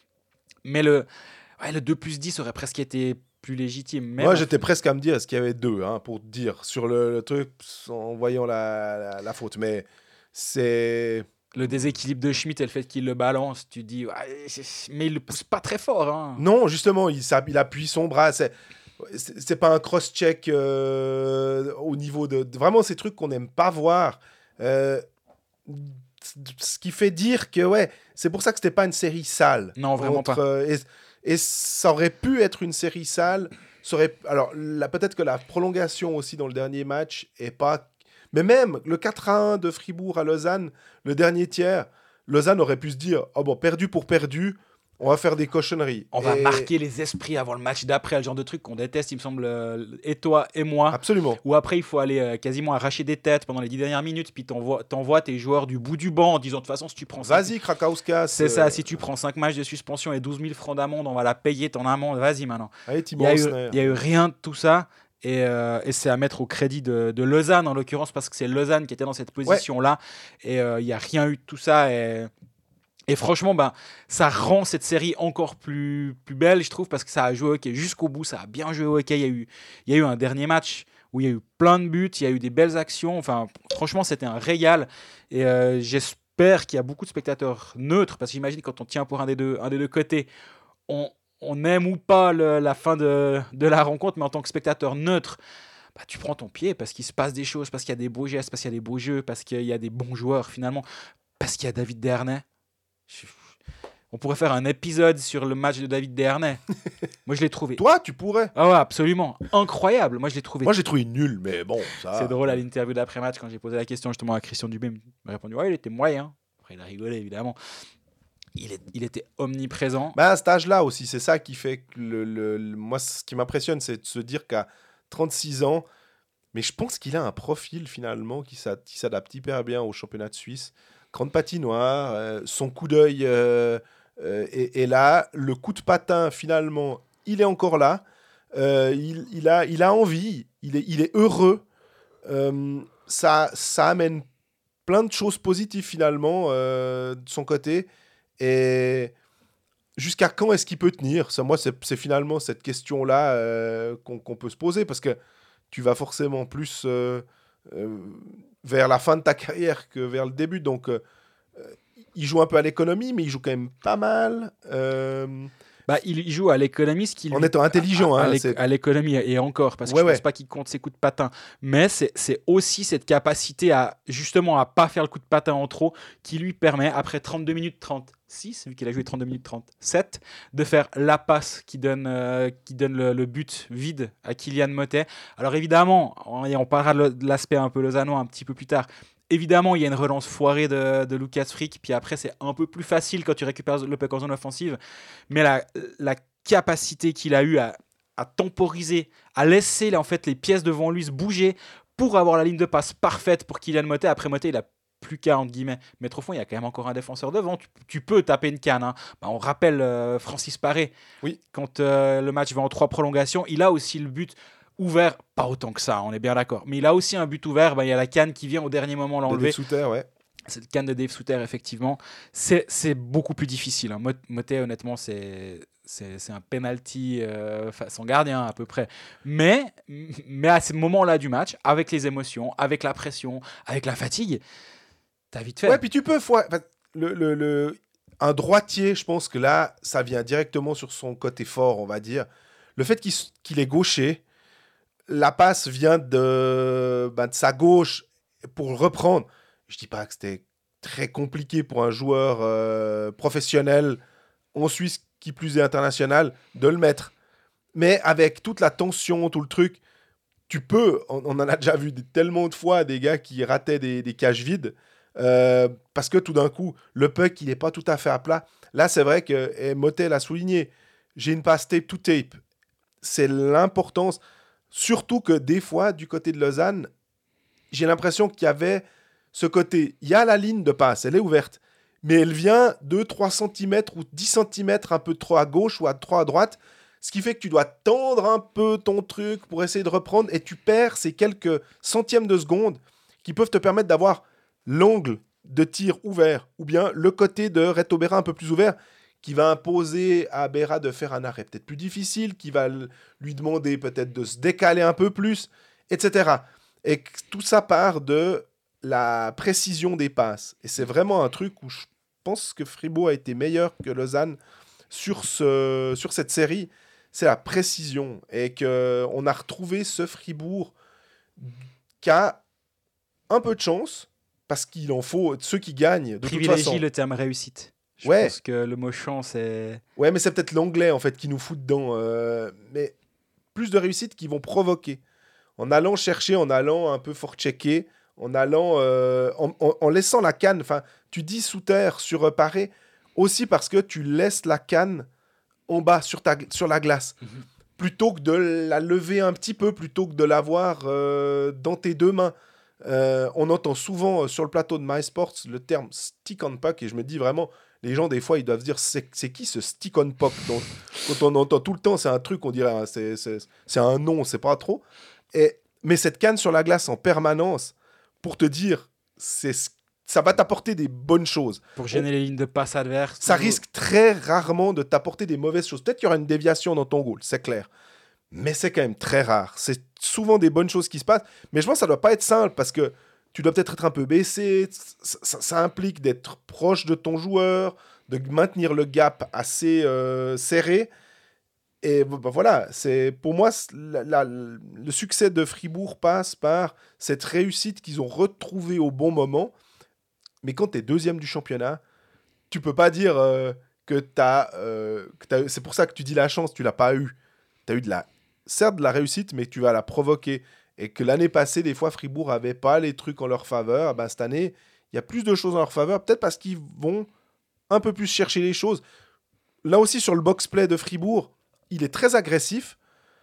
Mais le, ouais, le deux plus dix aurait presque été plus légitime. Même Moi, j'étais presque à me dire, est-ce qu'il y avait deux, hein, pour te dire, sur le, le truc, en voyant la, la, la faute. Mais c'est... Le déséquilibre de Schmidt et le fait qu'il le balance, tu dis, ouais, mais il le pousse pas très fort. Hein. Non, justement, il, ça, il appuie son bras, c'est... C'est, c'est pas un cross-check euh, au niveau de, de... Vraiment, ces trucs qu'on n'aime pas voir. Euh, ce qui fait dire que, ouais, c'est pour ça que c'était pas une série sale. Non, vraiment entre, pas. Euh, et, et ça aurait pu être une série sale. Ça aurait, alors, là, peut-être que la prolongation aussi dans le dernier match est pas... Mais même le quatre à un de Fribourg à Lausanne, le dernier tiers, Lausanne aurait pu se dire, oh bon, perdu pour perdu, on va faire des cochonneries. On et... va marquer les esprits avant le match d'après, le genre de truc qu'on déteste, il me semble, euh, et toi et moi. Absolument. Ou après, il faut aller euh, quasiment arracher des têtes pendant les dix dernières minutes, puis t'envoies, t'envoies tes joueurs du bout du banc en disant de toute façon, si tu prends cinq... Vas-y, Krakowska. C'est euh... ça, si tu prends cinq matchs de suspension et douze mille francs d'amende, on va la payer ton amende, vas-y maintenant. Allez, il n'y a, a eu rien de tout ça. Et, euh, et c'est à mettre au crédit de, de Lausanne, en l'occurrence, parce que c'est Lausanne qui était dans cette position-là. Ouais. Et il euh, n'y a rien eu de tout ça. Et... Et franchement, ben, ça rend cette série encore plus, plus belle, je trouve, parce que ça a joué au hockey jusqu'au bout, ça a bien joué au hockey. Il y a eu, il y a eu un dernier match où il y a eu plein de buts, il y a eu des belles actions. Enfin, franchement, c'était un régal. Et euh, j'espère qu'il y a beaucoup de spectateurs neutres, parce que j'imagine quand on tient pour un des deux, un des deux côtés, on, on aime ou pas le, la fin de, de la rencontre, mais en tant que spectateur neutre, bah, tu prends ton pied parce qu'il se passe des choses, parce qu'il y a des beaux gestes, parce qu'il y a des beaux jeux, parce qu'il y a des bons joueurs finalement, parce qu'il y a David Dernay. On pourrait faire un épisode sur le match de David Desharnais. Moi, je l'ai trouvé. Toi, tu pourrais. Ah ouais, absolument. Incroyable. Moi, je l'ai trouvé. Moi, j'ai trouvé nul, mais bon, ça... C'est drôle, à l'interview d'après-match, quand j'ai posé la question justement à Christian Dubé, il m'a répondu « Ouais, il était moyen. » Après, il a rigolé, évidemment. Il, est, il était omniprésent. Bah, à cet âge-là aussi, c'est ça qui fait que... Le, le, le... Moi, ce qui m'impressionne, c'est de se dire qu'à trente-six ans... Mais je pense qu'il a un profil, finalement, qui s'adapte hyper bien au championnat de Suisse. Grande patinoire, euh, son coup d'œil... Euh... Euh, et, et là, le coup de patin, finalement, il est encore là. Euh, il, il, a, il a envie. Il est, il est heureux. Euh, ça, ça amène plein de choses positives, finalement, euh, de son côté. Et jusqu'à quand est-ce qu'il peut tenir ? Ça, moi, c'est, c'est finalement cette question-là euh, qu'on, qu'on peut se poser. Parce que tu vas forcément plus euh, euh, vers la fin de ta carrière que vers le début. Donc... Euh, il joue un peu à l'économie, mais il joue quand même pas mal. Euh... Bah, il joue à l'économie, ce qui lui... En étant intelligent. À, à, hein, à, c'est... à l'économie, et encore, parce que ouais, je ne ouais. pense pas qu'il compte ses coups de patin. Mais c'est, c'est aussi cette capacité à, justement, à pas faire le coup de patin en trop, qui lui permet, après trente-deux minutes trente-six, vu qu'il a joué trente-deux minutes trente-sept, de faire la passe qui donne, euh, qui donne le, le but vide à Kylian Mottet. Alors évidemment, on, on parlera de l'aspect un peu lausannois un petit peu plus tard. Évidemment, il y a une relance foirée de, de Lucas Frick, puis après, c'est un peu plus facile quand tu récupères le puck en zone offensive. Mais la, la capacité qu'il a eue à, à temporiser, à laisser là, en fait, les pièces devant lui se bouger pour avoir la ligne de passe parfaite pour Kylian Mottet. Après, Mottet, il a plus qu'à, entre guillemets, mettre au fond. Il y a quand même encore un défenseur devant. Tu, tu peux taper une canne. Hein. Bah, on rappelle euh, Francis Paré. Oui. Quand euh, le match va en trois prolongations, il a aussi le but ouvert, pas autant que ça, on est bien d'accord. Mais il a aussi un but ouvert, ben, il y a la canne qui vient au dernier moment l'enlever. De Dave Souter, ouais. C'est le canne de Dave Souter, effectivement. C'est, c'est beaucoup plus difficile. Hein. Mottet, honnêtement, c'est, c'est, c'est un penalty euh, façon gardien, à peu près. Mais, mais à ce moment-là du match, avec les émotions, avec la pression, avec la fatigue, t'as vite fait. Ouais, puis tu peux... Foi... Le, le, le... Un droitier, je pense que là, ça vient directement sur son côté fort, on va dire. Le fait qu'il, qu'il est gaucher, la passe vient de, ben, de sa gauche pour le reprendre. Je ne dis pas que c'était très compliqué pour un joueur euh, professionnel en Suisse, qui plus est international, de le mettre. Mais avec toute la tension, tout le truc, tu peux, on, on en a déjà vu des, tellement de fois des gars qui rataient des, des cages vides euh, parce que tout d'un coup, le puck, il n'est pas tout à fait à plat. Là, c'est vrai que, et Mottet l'a souligné, j'ai une passe tape to tape. C'est l'importance... Surtout que des fois, du côté de Lausanne, j'ai l'impression qu'il y avait ce côté. Il y a la ligne de passe, elle est ouverte, mais elle vient de trois centimètres ou dix centimètres un peu trop à gauche ou à trop à droite, ce qui fait que tu dois tendre un peu ton truc pour essayer de reprendre et tu perds ces quelques centièmes de seconde qui peuvent te permettre d'avoir l'angle de tir ouvert ou bien le côté de Reto Berra un peu plus ouvert, qui va imposer à Berra de faire un arrêt peut-être plus difficile, qui va lui demander peut-être de se décaler un peu plus, et cetera. Et tout ça part de la précision des passes. Et c'est vraiment un truc où je pense que Fribourg a été meilleur que Lausanne sur, ce, sur cette série. C'est la précision. Et qu'on a retrouvé ce Fribourg qui a un peu de chance, parce qu'il en faut ceux qui gagnent. De toute façon. Privilégie le terme réussite. Je ouais. pense que le mot chance est... Ouais, mais c'est peut-être l'anglais, en fait, qui nous fout dedans. Euh, mais plus de réussite qui vont provoquer. En allant chercher, en allant un peu forechecker, en allant... Euh, en, en, en laissant la canne... Enfin, tu dis sous terre, sur Paré, aussi parce que tu laisses la canne en bas, sur, ta, sur la glace. Mm-hmm. Plutôt que de la lever un petit peu, plutôt que de l'avoir euh, dans tes deux mains. Euh, on entend souvent euh, sur le plateau de MySports le terme stick on puck, et je me dis vraiment... Les gens, des fois, ils doivent se dire, c'est, c'est qui ce stick on puck? Donc, quand on entend tout le temps, c'est un truc, on dirait, hein, c'est, c'est, c'est un nom, c'est pas trop. Et, mais cette canne sur la glace en permanence, pour te dire, c'est, ça va t'apporter des bonnes choses. Pour gêner on, les lignes de passe adverses. Ça risque très rarement de t'apporter des mauvaises choses. Peut-être qu'il y aura une déviation dans ton goal, c'est clair. Mais c'est quand même très rare. C'est souvent des bonnes choses qui se passent. Mais je pense que ça doit pas être simple, parce que tu dois peut-être être un peu baissé, ça, ça, ça implique d'être proche de ton joueur, de maintenir le gap assez euh, serré. Et bah, voilà, c'est, pour moi, la, la, le succès de Fribourg passe par cette réussite qu'ils ont retrouvée au bon moment. Mais quand tu es deuxième du championnat, tu peux pas dire euh, que tu as... Euh, c'est pour ça que tu dis la chance, tu l'as pas eu. Tu as eu de la... certes de la réussite, mais tu vas la provoquer. Et que l'année passée, des fois, Fribourg n'avait pas les trucs en leur faveur. Ben, cette année, il y a plus de choses en leur faveur. Peut-être parce qu'ils vont un peu plus chercher les choses. Là aussi, sur le box-play de Fribourg, il est très agressif.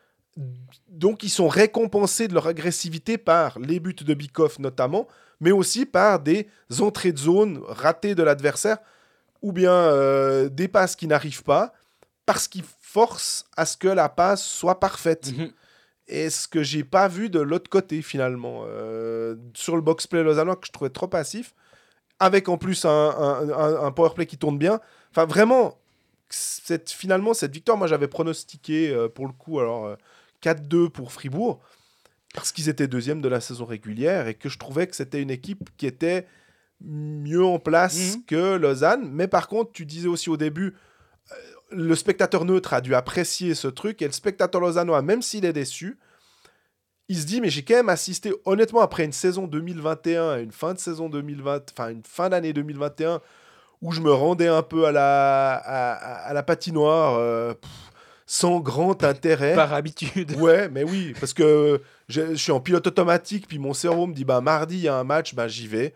Donc, ils sont récompensés de leur agressivité par les buts de Bikoff notamment, mais aussi par des entrées de zone ratées de l'adversaire ou bien euh, des passes qui n'arrivent pas parce qu'ils forcent à ce que la passe soit parfaite. Mm-hmm. Et ce que j'ai pas vu de l'autre côté, finalement. Euh, sur le box-play lausannois, que je trouvais trop passif, avec en plus un, un, un, un power-play qui tourne bien. Enfin, vraiment, cette, finalement, cette victoire, moi, j'avais pronostiqué, euh, pour le coup, alors euh, quatre deux pour Fribourg, parce qu'ils étaient deuxième de la saison régulière, et que je trouvais que c'était une équipe qui était mieux en place mmh. que Lausanne. Mais par contre, tu disais aussi au début... Euh, le spectateur neutre a dû apprécier ce truc, et le spectateur lausannois, même s'il est déçu, il se dit, mais j'ai quand même assisté, honnêtement, après une saison deux mille vingt et un, une fin de saison deux mille vingt, enfin une fin d'année deux mille vingt et un, où je me rendais un peu à la, à, à la patinoire, euh, pff, sans grand intérêt. Par habitude. Ouais, mais oui, parce que je, je suis en pilote automatique, puis mon cerveau me dit, bah, mardi, il y a un match, bah, j'y vais.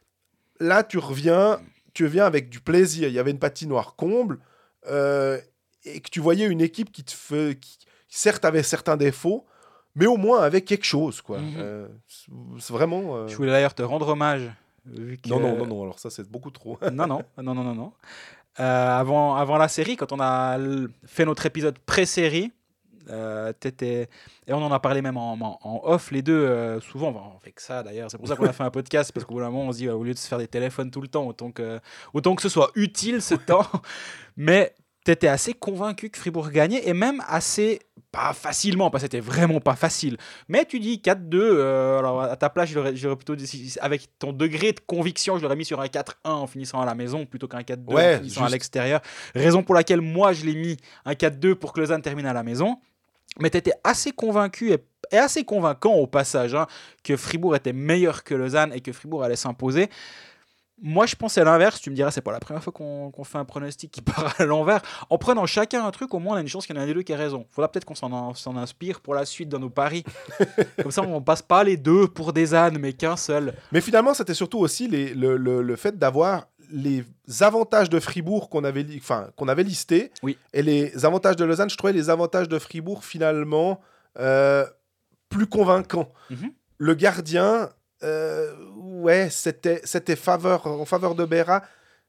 Là, tu reviens, tu reviens avec du plaisir. Il y avait une patinoire comble, Euh, et que tu voyais une équipe qui, te fait, qui certes avait certains défauts, mais au moins avec quelque chose, quoi. Mm-hmm. Euh, c'est, c'est vraiment... Euh... Je voulais d'ailleurs te rendre hommage. Vu que... Non, non, non, non, alors ça, c'est beaucoup trop. non, non, non, non, non, non. Euh, avant, avant la série, quand on a fait notre épisode pré-série, euh, t'étais... et on en a parlé même en, en, en off, les deux, euh, souvent, enfin, on fait que ça d'ailleurs, c'est pour ça qu'on a fait un podcast, parce qu'au bout d'un moment, on se dit, au lieu de se faire des téléphones tout le temps, autant que, autant que ce soit utile ce temps, mais t'étais assez convaincu que Fribourg gagnait, et même assez, pas facilement, parce que c'était vraiment pas facile, mais tu dis quatre deux, euh, alors à ta place, je l'aurais, je l'aurais plutôt dit, avec ton degré de conviction, je l'aurais mis sur un quatre un en finissant à la maison, plutôt qu'un quatre deux ouais, en finissant juste... à l'extérieur, raison pour laquelle moi je l'ai mis un quatre deux pour que Lausanne termine à la maison. Mais tu étais assez convaincu et, et assez convaincant au passage hein, que Fribourg était meilleur que Lausanne et que Fribourg allait s'imposer. Moi, je pensais à l'inverse. Tu me diras, c'est pas la première fois qu'on, qu'on fait un pronostic qui part à l'envers. En prenant chacun un truc, au moins, on a une chance qu'il y en a un des deux qui ait raison. Il faudra peut-être qu'on s'en, s'en inspire pour la suite dans nos paris. Comme ça, on ne passe pas les deux pour des ânes, mais qu'un seul. Mais finalement, c'était surtout aussi les, le, le, le fait d'avoir les avantages de Fribourg qu'on avait, li- enfin, qu'on avait listés oui. et les avantages de Lausanne. Je trouvais les avantages de Fribourg, finalement, euh, plus convaincants. Mm-hmm. Le gardien... Euh, ouais, c'était, c'était faveur, en faveur de Berra.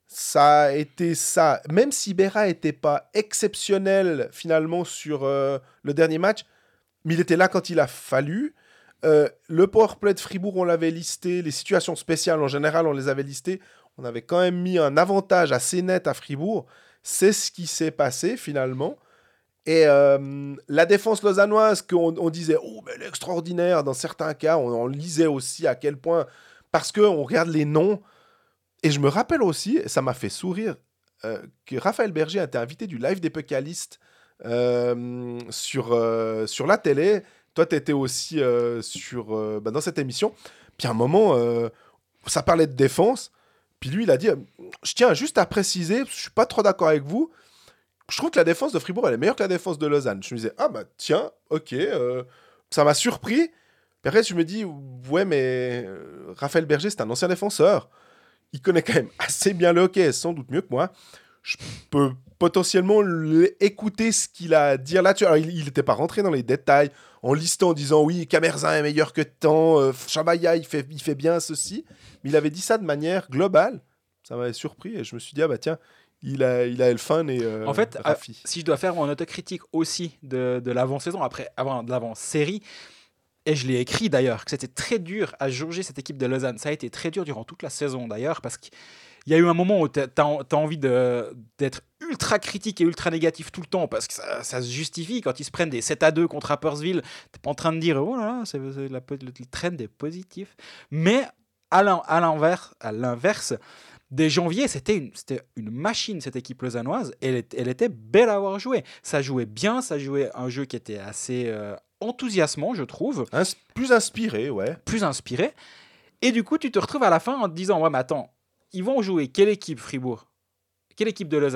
Ça a été ça. Même si Berra n'était pas exceptionnel finalement sur euh, le dernier match, mais il était là quand il a fallu. Euh, le powerplay de Fribourg, on l'avait listé. Les situations spéciales, en général, on les avait listées. On avait quand même mis un avantage assez net à Fribourg. C'est ce qui s'est passé finalement. Et euh, la défense lausannoise, qu'on on disait, oh, mais elle est extraordinaire dans certains cas, on, on lisait aussi à quel point, parce qu'on regarde les noms, et je me rappelle aussi, et ça m'a fait sourire, euh, que Raphaël Berger a été invité du live des Pécalistes euh, sur, euh, sur la télé. Toi, tu étais aussi euh, sur, euh, bah, dans cette émission. Puis à un moment, euh, ça parlait de défense, puis lui, il a dit, je tiens juste à préciser, je ne suis pas trop d'accord avec vous, je trouve que la défense de Fribourg, elle est meilleure que la défense de Lausanne. Je me disais, ah bah tiens, ok, euh, ça m'a surpris. Puis après, je me dis, ouais, mais euh, Raphaël Berger, c'est un ancien défenseur. Il connaît quand même assez bien le hockey, sans doute mieux que moi. Je peux potentiellement écouter ce qu'il a à dire là-dessus. Alors, il n'était pas rentré dans les détails en listant, en disant, oui, Camerzin est meilleur que tant, euh, Chabaya, il fait, il fait bien ceci. Mais il avait dit ça de manière globale. Ça m'avait surpris et je me suis dit, ah bah tiens, Il a, il a Elfan et euh, en fait, Rafi. Euh, si je dois faire mon autocritique aussi de, de l'avant-saison, après, avant de l'avant-série, et je l'ai écrit d'ailleurs, que c'était très dur à jauger cette équipe de Lausanne. Ça a été très dur durant toute la saison d'ailleurs, parce qu'il y a eu un moment où tu as envie de, d'être ultra critique et ultra négatif tout le temps, parce que ça, ça se justifie quand ils se prennent des sept à deux contre Rapperswil. Tu n'es pas en train de dire, oh là là, c'est, c'est la, le, le trend est positif. Mais à, l'in, à, l'inverse, à l'inverse, dès janvier, c'était une, c'était une machine, cette équipe lausannoise. Elle, elle était belle à avoir joué. Ça jouait bien, ça jouait un jeu qui était assez euh, enthousiasmant, je trouve. Ins- plus inspiré, ouais. Plus inspiré. Et du coup, tu te retrouves à la fin en te disant, ouais, mais attends, ils vont jouer quelle équipe, Fribourg ? Quelle équipe de Lausanne ?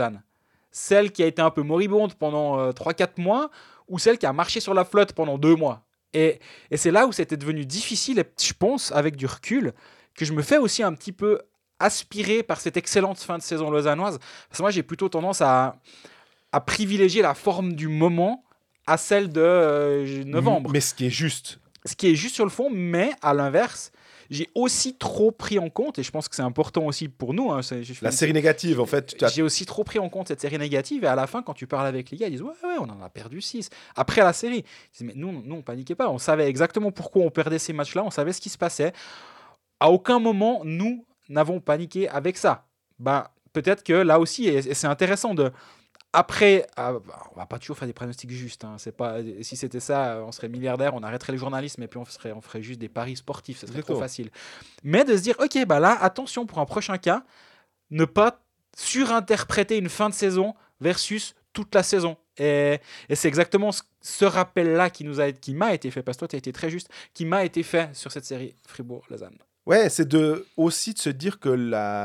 celle qui a été un peu moribonde pendant euh, trois quatre mois ou celle qui a marché sur la flotte pendant deux mois. Et, et c'est là où c'était devenu difficile, et je pense, avec du recul, que je me fais aussi un petit peu aspirer par cette excellente fin de saison lausannoise. Parce que moi, j'ai plutôt tendance à, à privilégier la forme du moment à celle de euh, novembre. Mais ce qui est juste. Ce qui est juste sur le fond, mais à l'inverse, j'ai aussi trop pris en compte, et je pense que c'est important aussi pour nous. Hein, c'est, la série négative, en fait. As... J'ai aussi trop pris en compte cette série négative, et à la fin, quand tu parles avec les gars, ils disent ouais, ouais, on en a perdu six. Après la série, ils disent mais nous, nous, on paniquait pas. On savait exactement pourquoi on perdait ces matchs-là, on savait ce qui se passait. À aucun moment, nous n'avons paniqué avec ça. Bah, peut-être que là aussi, et, et c'est intéressant de. Après, euh, on va pas toujours faire des pronostics justes. Hein. C'est pas, si c'était ça, on serait milliardaire, on arrêterait le journalisme et puis on ferait, on ferait juste des paris sportifs. Ce serait D'accord. trop facile. Mais de se dire, ok, bah là, attention pour un prochain cas, ne pas surinterpréter une fin de saison versus toute la saison. Et, et c'est exactement ce, ce rappel-là qui, nous a, qui m'a été fait, parce que toi, tu as été très juste, qui m'a été fait sur cette série Fribourg-Lausanne. Ouais, c'est de, aussi de se dire que la,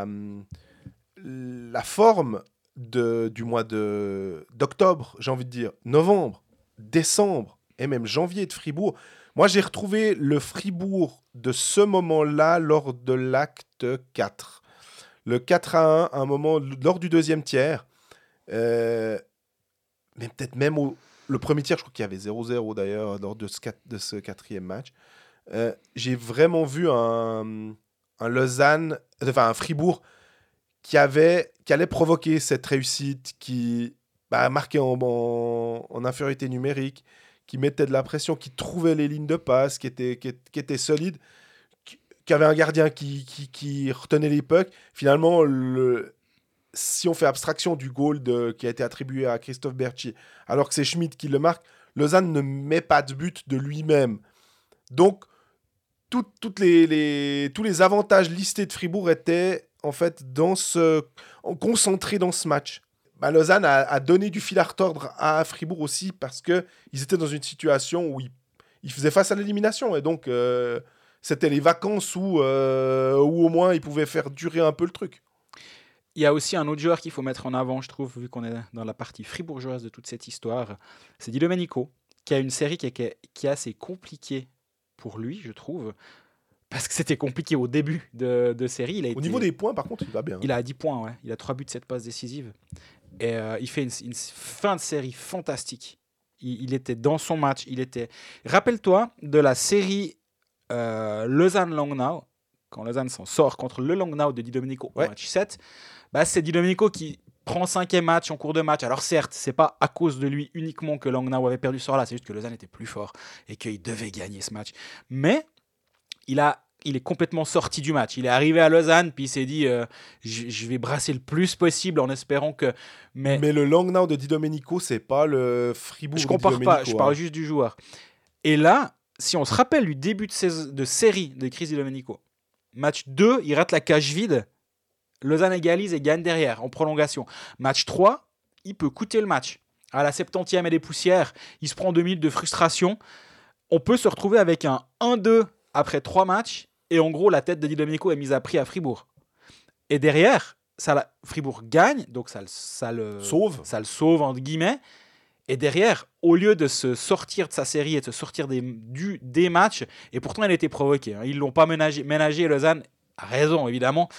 la forme de, du mois de, d'octobre, j'ai envie de dire, novembre, décembre et même janvier de Fribourg, moi j'ai retrouvé le Fribourg de ce moment-là lors de l'acte quatre. Le quatre à un, un moment lors du deuxième tiers, euh, mais peut-être même au, le premier tiers, je crois qu'il y avait zéro zéro d'ailleurs lors de ce, de ce quatrième match. Euh, j'ai vraiment vu un, un Lausanne, enfin un Fribourg qui, avait, qui allait provoquer cette réussite, qui bah, marquait en, en, en infériorité numérique, qui mettait de la pression, qui trouvait les lignes de passe, qui était, qui, qui était solide, qui, qui avait un gardien qui, qui, qui retenait les pucks. Finalement, le, si on fait abstraction du goal de, qui a été attribué à Christophe Berchi, alors que c'est Schmidt qui le marque, Lausanne ne met pas de but de lui-même. Donc, Tout, toutes les, les, tous les avantages listés de Fribourg étaient en fait dans ce, concentrés dans ce match. Bah, Lausanne a, a donné du fil à retordre à Fribourg aussi parce qu'ils étaient dans une situation où ils, ils faisaient face à l'élimination. Et donc, euh, c'était les vacances où, euh, où au moins ils pouvaient faire durer un peu le truc. Il y a aussi un autre joueur qu'il faut mettre en avant, je trouve, vu qu'on est dans la partie fribourgeoise de toute cette histoire. C'est Di Domenico, qui a une série qui est, qui est assez compliquée pour lui, je trouve, parce que c'était compliqué au début de, de série. Il a au été, niveau des points, par contre, il va bien. Il a dix points, ouais. Il a trois buts, sept passes décisives. Et euh, il fait une, une fin de série fantastique. Il, il était dans son match. Il était... Rappelle-toi de la série euh, Lausanne-Langnau, quand Lausanne s'en sort contre le Langnau de Di Domenico au ouais. match sept. Bah, c'est Di Domenico qui prend cinquième match en cours de match. Alors certes, c'est pas à cause de lui uniquement que Langnau avait perdu ce soir-là, c'est juste que Lausanne était plus fort et qu'il devait gagner ce match. Mais il, a, il est complètement sorti du match. Il est arrivé à Lausanne, puis il s'est dit euh, je, je vais brasser le plus possible en espérant que... Mais, Mais le Langnau de Di Domenico, c'est pas le Fribourg je de Di Domenico. Je compare pas, je hein. parle juste du joueur. Et là, si on se rappelle du début de, sais- de série de Chris Di Domenico, match deux, il rate la cage vide. Lausanne égalise et gagne derrière, en prolongation. Match trois, il peut coûter le match. À la septantième et des poussières, il se prend deux minutes de frustration. On peut se retrouver avec un un deux après trois matchs, et en gros, la tête de Di Domenico est mise à prix à Fribourg. Et derrière, ça la... Fribourg gagne, donc ça, ça, le... sauve. ça le sauve, entre guillemets. Et derrière, au lieu de se sortir de sa série et de se sortir des, du, des matchs, et pourtant, elle a été provoquée. Hein. Ils ne l'ont pas ménagé, ménagé, Lausanne a raison, évidemment.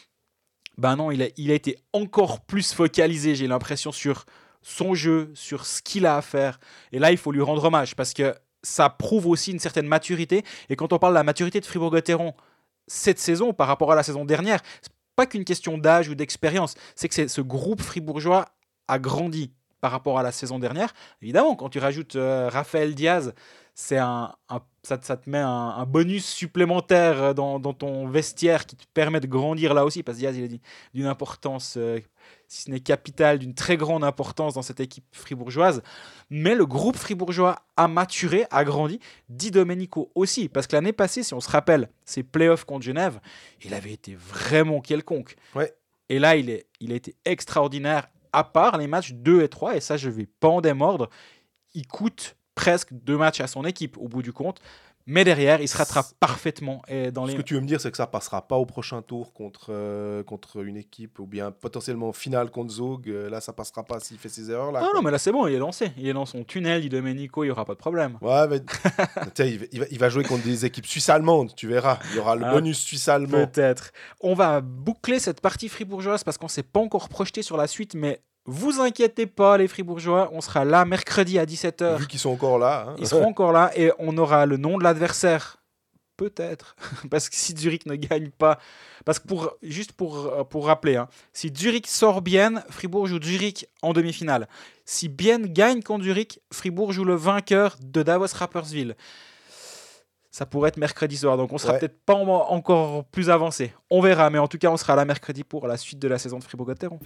Ben non, il a, il a été encore plus focalisé, j'ai l'impression, sur son jeu, sur ce qu'il a à faire. Et là, il faut lui rendre hommage parce que ça prouve aussi une certaine maturité. Et quand on parle de la maturité de Fribourg-Gotteron cette saison par rapport à la saison dernière, c'est pas qu'une question d'âge ou d'expérience, c'est que c'est, ce groupe fribourgeois a grandi par rapport à la saison dernière. Évidemment, quand tu rajoutes euh, Raphaël Diaz, c'est un, un, ça, ça te met un, un bonus supplémentaire dans, dans ton vestiaire qui te permet de grandir là aussi, parce que Diaz, il est d'une importance, euh, si ce n'est capitale, d'une très grande importance dans cette équipe fribourgeoise. Mais le groupe fribourgeois a maturé, a grandi. Di Domenico aussi, parce que l'année passée, si on se rappelle, ses playoffs contre Genève, il avait été vraiment quelconque. Ouais. Et là, il, est, il a été extraordinaire, à part les matchs deux et trois, et ça, je ne vais pas en démordre. Il coûte presque deux matchs à son équipe au bout du compte, Mais derrière, il se rattrape parfaitement. Et dans Ce les... que tu veux me dire, c'est que ça passera pas au prochain tour contre, euh, contre une équipe ou bien potentiellement finale contre Zog. Euh, là, ça passera pas s'il fait ces erreurs-là. Ah quoi. non, mais là, c'est bon, il est lancé. Il est dans son tunnel, dit Domenico, il n'y aura pas de problème. Ouais, mais il, va, il, va, il va jouer contre des équipes suisses-allemandes, tu verras. Il y aura le Ah, bonus suisse-allemand. Peut-être. On va boucler cette partie fribourgeoise parce qu'on ne s'est pas encore projeté sur la suite, mais vous inquiétez pas, les fribourgeois, on sera là mercredi à dix-sept heures. Vu qu'ils sont encore là. Hein. Ils seront encore là et on aura le nom de l'adversaire. Peut-être. Parce que si Zurich ne gagne pas. Parce que pour, juste pour, pour rappeler, hein, si Zurich sort Bienne, Fribourg joue Zurich en demi-finale. Si Bienne gagne contre Zurich, Fribourg joue le vainqueur de Davos-Rapperswil. Ça pourrait être mercredi soir, donc on sera ouais. peut-être pas en, encore plus avancé. On verra, mais en tout cas, on sera là mercredi pour la suite de la saison de Fribourg-Gotteron.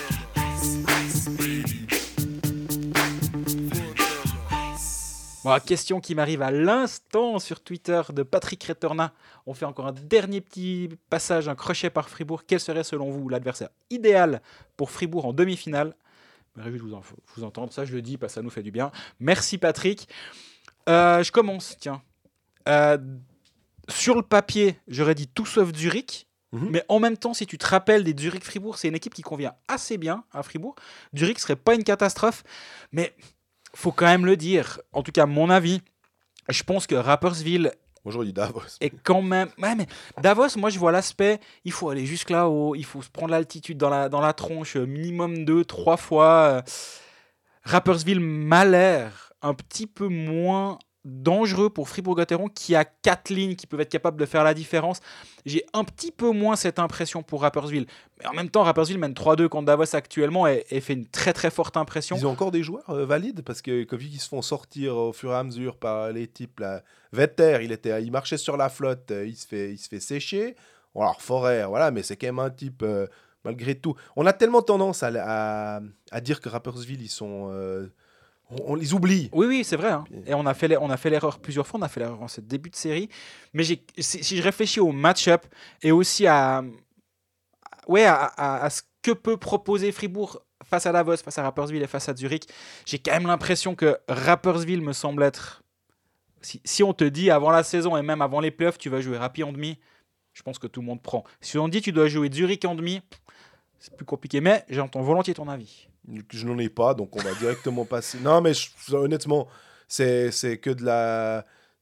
Bon, question qui m'arrive à l'instant sur Twitter de Patrick Retorna. On fait encore un dernier petit passage, un crochet par Fribourg. Quel serait selon vous l'adversaire idéal pour Fribourg en demi-finale ? Je me réjouis de vous, en, vous entendre, ça je le dis parce que ça nous fait du bien. Merci Patrick. Euh, je commence, tiens. Euh, sur le papier, j'aurais dit tout sauf Zurich. Mmh. Mais en même temps, si tu te rappelles des Zurich-Fribourg, c'est une équipe qui convient assez bien à Fribourg. Zurich serait pas une catastrophe, mais faut quand même le dire. En tout cas, mon avis, je pense que Rapperswil Bonjour, il dit Davos. est quand même. Ouais, mais Davos, moi, je vois l'aspect. Il faut aller jusque là-haut. Il faut se prendre l'altitude dans la dans la tronche, minimum deux, trois fois. Rapperswil m'a l'air un petit peu moins dangereux pour Fribourg-Gotteron qui a quatre lignes qui peuvent être capables de faire la différence. J'ai un petit peu moins cette impression pour Rapperswil. Mais en même temps, Rapperswil mène trois deux contre Davos actuellement et, et fait une très très forte impression. Ils ont encore des joueurs euh, valides parce que vu qu'ils se font sortir au fur et à mesure par les types là. Vetter, il, était, il marchait sur la flotte, il se fait, il se fait sécher. Bon, alors Forer, voilà, mais c'est quand même un type... Euh, malgré tout. On a tellement tendance à, à, à dire que Rapperswil, ils sont... Euh, On, on les oublie. Oui, oui, c'est vrai. Hein. Et on a, fait on a fait l'erreur plusieurs fois. On a fait l'erreur en ce début de série. Mais j'ai, si, si je réfléchis au match-up et aussi à, ouais, à, à, à ce que peut proposer Fribourg face à Davos, face à Rapperswil et face à Zurich, j'ai quand même l'impression que Rapperswil me semble être... Si, si on te dit avant la saison et même avant les playoffs, tu vas jouer Rappi en demi, je pense que tout le monde prend. Si on dit tu dois jouer Zurich en demi, c'est plus compliqué. Mais j'entends volontiers ton avis. Je n'en ai pas, donc on va directement passer. Non, mais je, honnêtement, c'est, c'est que de la,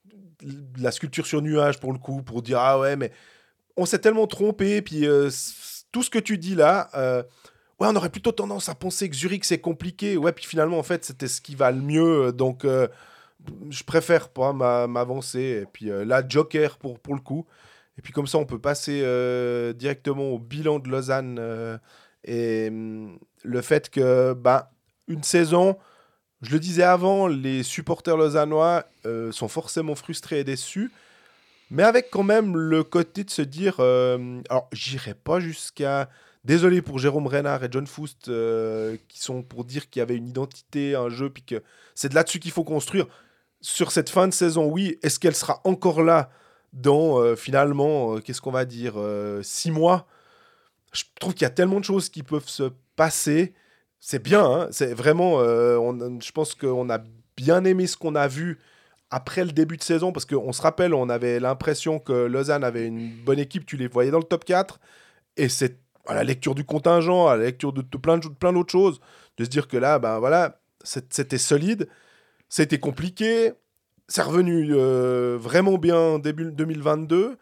de la sculpture sur nuage pour le coup, pour dire ah ouais, mais on s'est tellement trompé. Puis euh, tout ce que tu dis là, euh, ouais, on aurait plutôt tendance à penser que Zurich c'est compliqué. Ouais, puis finalement, en fait, c'était ce qui va le mieux. Donc, euh, je préfère pas m'avancer. Et puis euh, là, Joker pour, pour le coup. Et puis comme ça, on peut passer euh, directement au bilan de Lausanne. Euh, et hum, le fait que, bah, une saison, je le disais avant, les supporters lausannois euh, sont forcément frustrés et déçus, mais avec quand même le côté de se dire, euh, alors j'irai pas jusqu'à, désolé pour Jérôme Renard et John Foust, euh, qui sont pour dire qu'il y avait une identité, un jeu, puis que c'est de là-dessus qu'il faut construire. Sur cette fin de saison, oui, est-ce qu'elle sera encore là dans, euh, finalement, euh, qu'est-ce qu'on va dire, euh, six mois ? Je trouve qu'il y a tellement de choses qui peuvent se passer. C'est bien, hein, c'est vraiment... Euh, on, je pense qu'on a bien aimé ce qu'on a vu après le début de saison, parce qu'on se rappelle, on avait l'impression que Lausanne avait une bonne équipe, tu les voyais dans le top quatre, et c'est à la lecture du contingent, à la lecture de, de plein, de plein d'autres choses, de se dire que là, ben voilà, c'était solide, c'était compliqué, c'est revenu euh, vraiment bien début deux mille vingt-deux.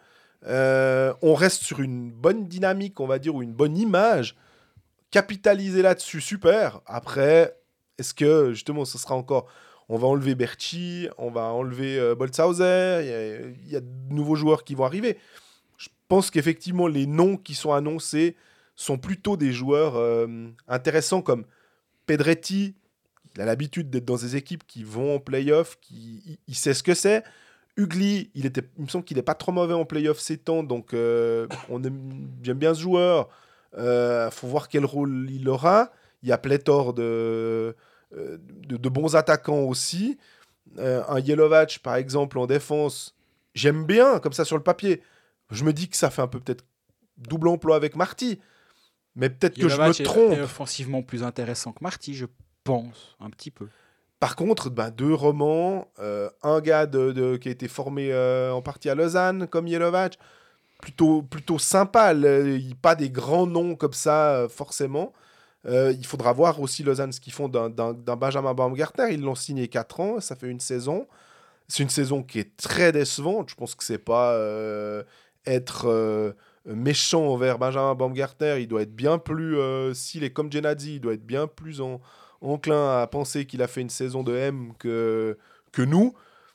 Euh, on reste sur une bonne dynamique, on va dire, ou une bonne image. Capitaliser là-dessus, super. Après, est-ce que, justement, ce sera encore... On va enlever Berchi, on va enlever euh, Boltzhauser, il y, y a de nouveaux joueurs qui vont arriver. Je pense qu'effectivement, les noms qui sont annoncés sont plutôt des joueurs euh, intéressants, comme Pedretti. Il a l'habitude d'être dans des équipes qui vont en play-off, qui, il, il sait ce que c'est. Ugly, il, était, il me semble qu'il n'est pas trop mauvais en play-off ces temps, donc euh, on aime, j'aime bien ce joueur. Il euh, faut voir quel rôle il aura. Il y a pléthore de, de, de bons attaquants aussi. Euh, un Jelovac, par exemple, en défense, j'aime bien, comme ça sur le papier. Je me dis que ça fait un peu peut-être double emploi avec Marty, mais peut-être Jelovac que je me trompe. Est offensivement plus intéressant que Marty, je pense, un petit peu. Par contre, ben, deux romans, euh, un gars de, de, qui a été formé euh, en partie à Lausanne, comme Jelovac, plutôt, plutôt sympa, le, pas des grands noms comme ça, euh, forcément. Euh, il faudra voir aussi Lausanne ce qu'ils font d'un, d'un, d'un Benjamin Baumgartner. Ils l'ont signé quatre ans, ça fait une saison. C'est une saison qui est très décevante. Je pense que c'est pas euh, être euh, méchant envers Benjamin Baumgartner. Il doit être bien plus, euh, s'il est comme Gennady, il doit être bien plus en, enclin à penser qu'il a fait une saison de M que, que nous.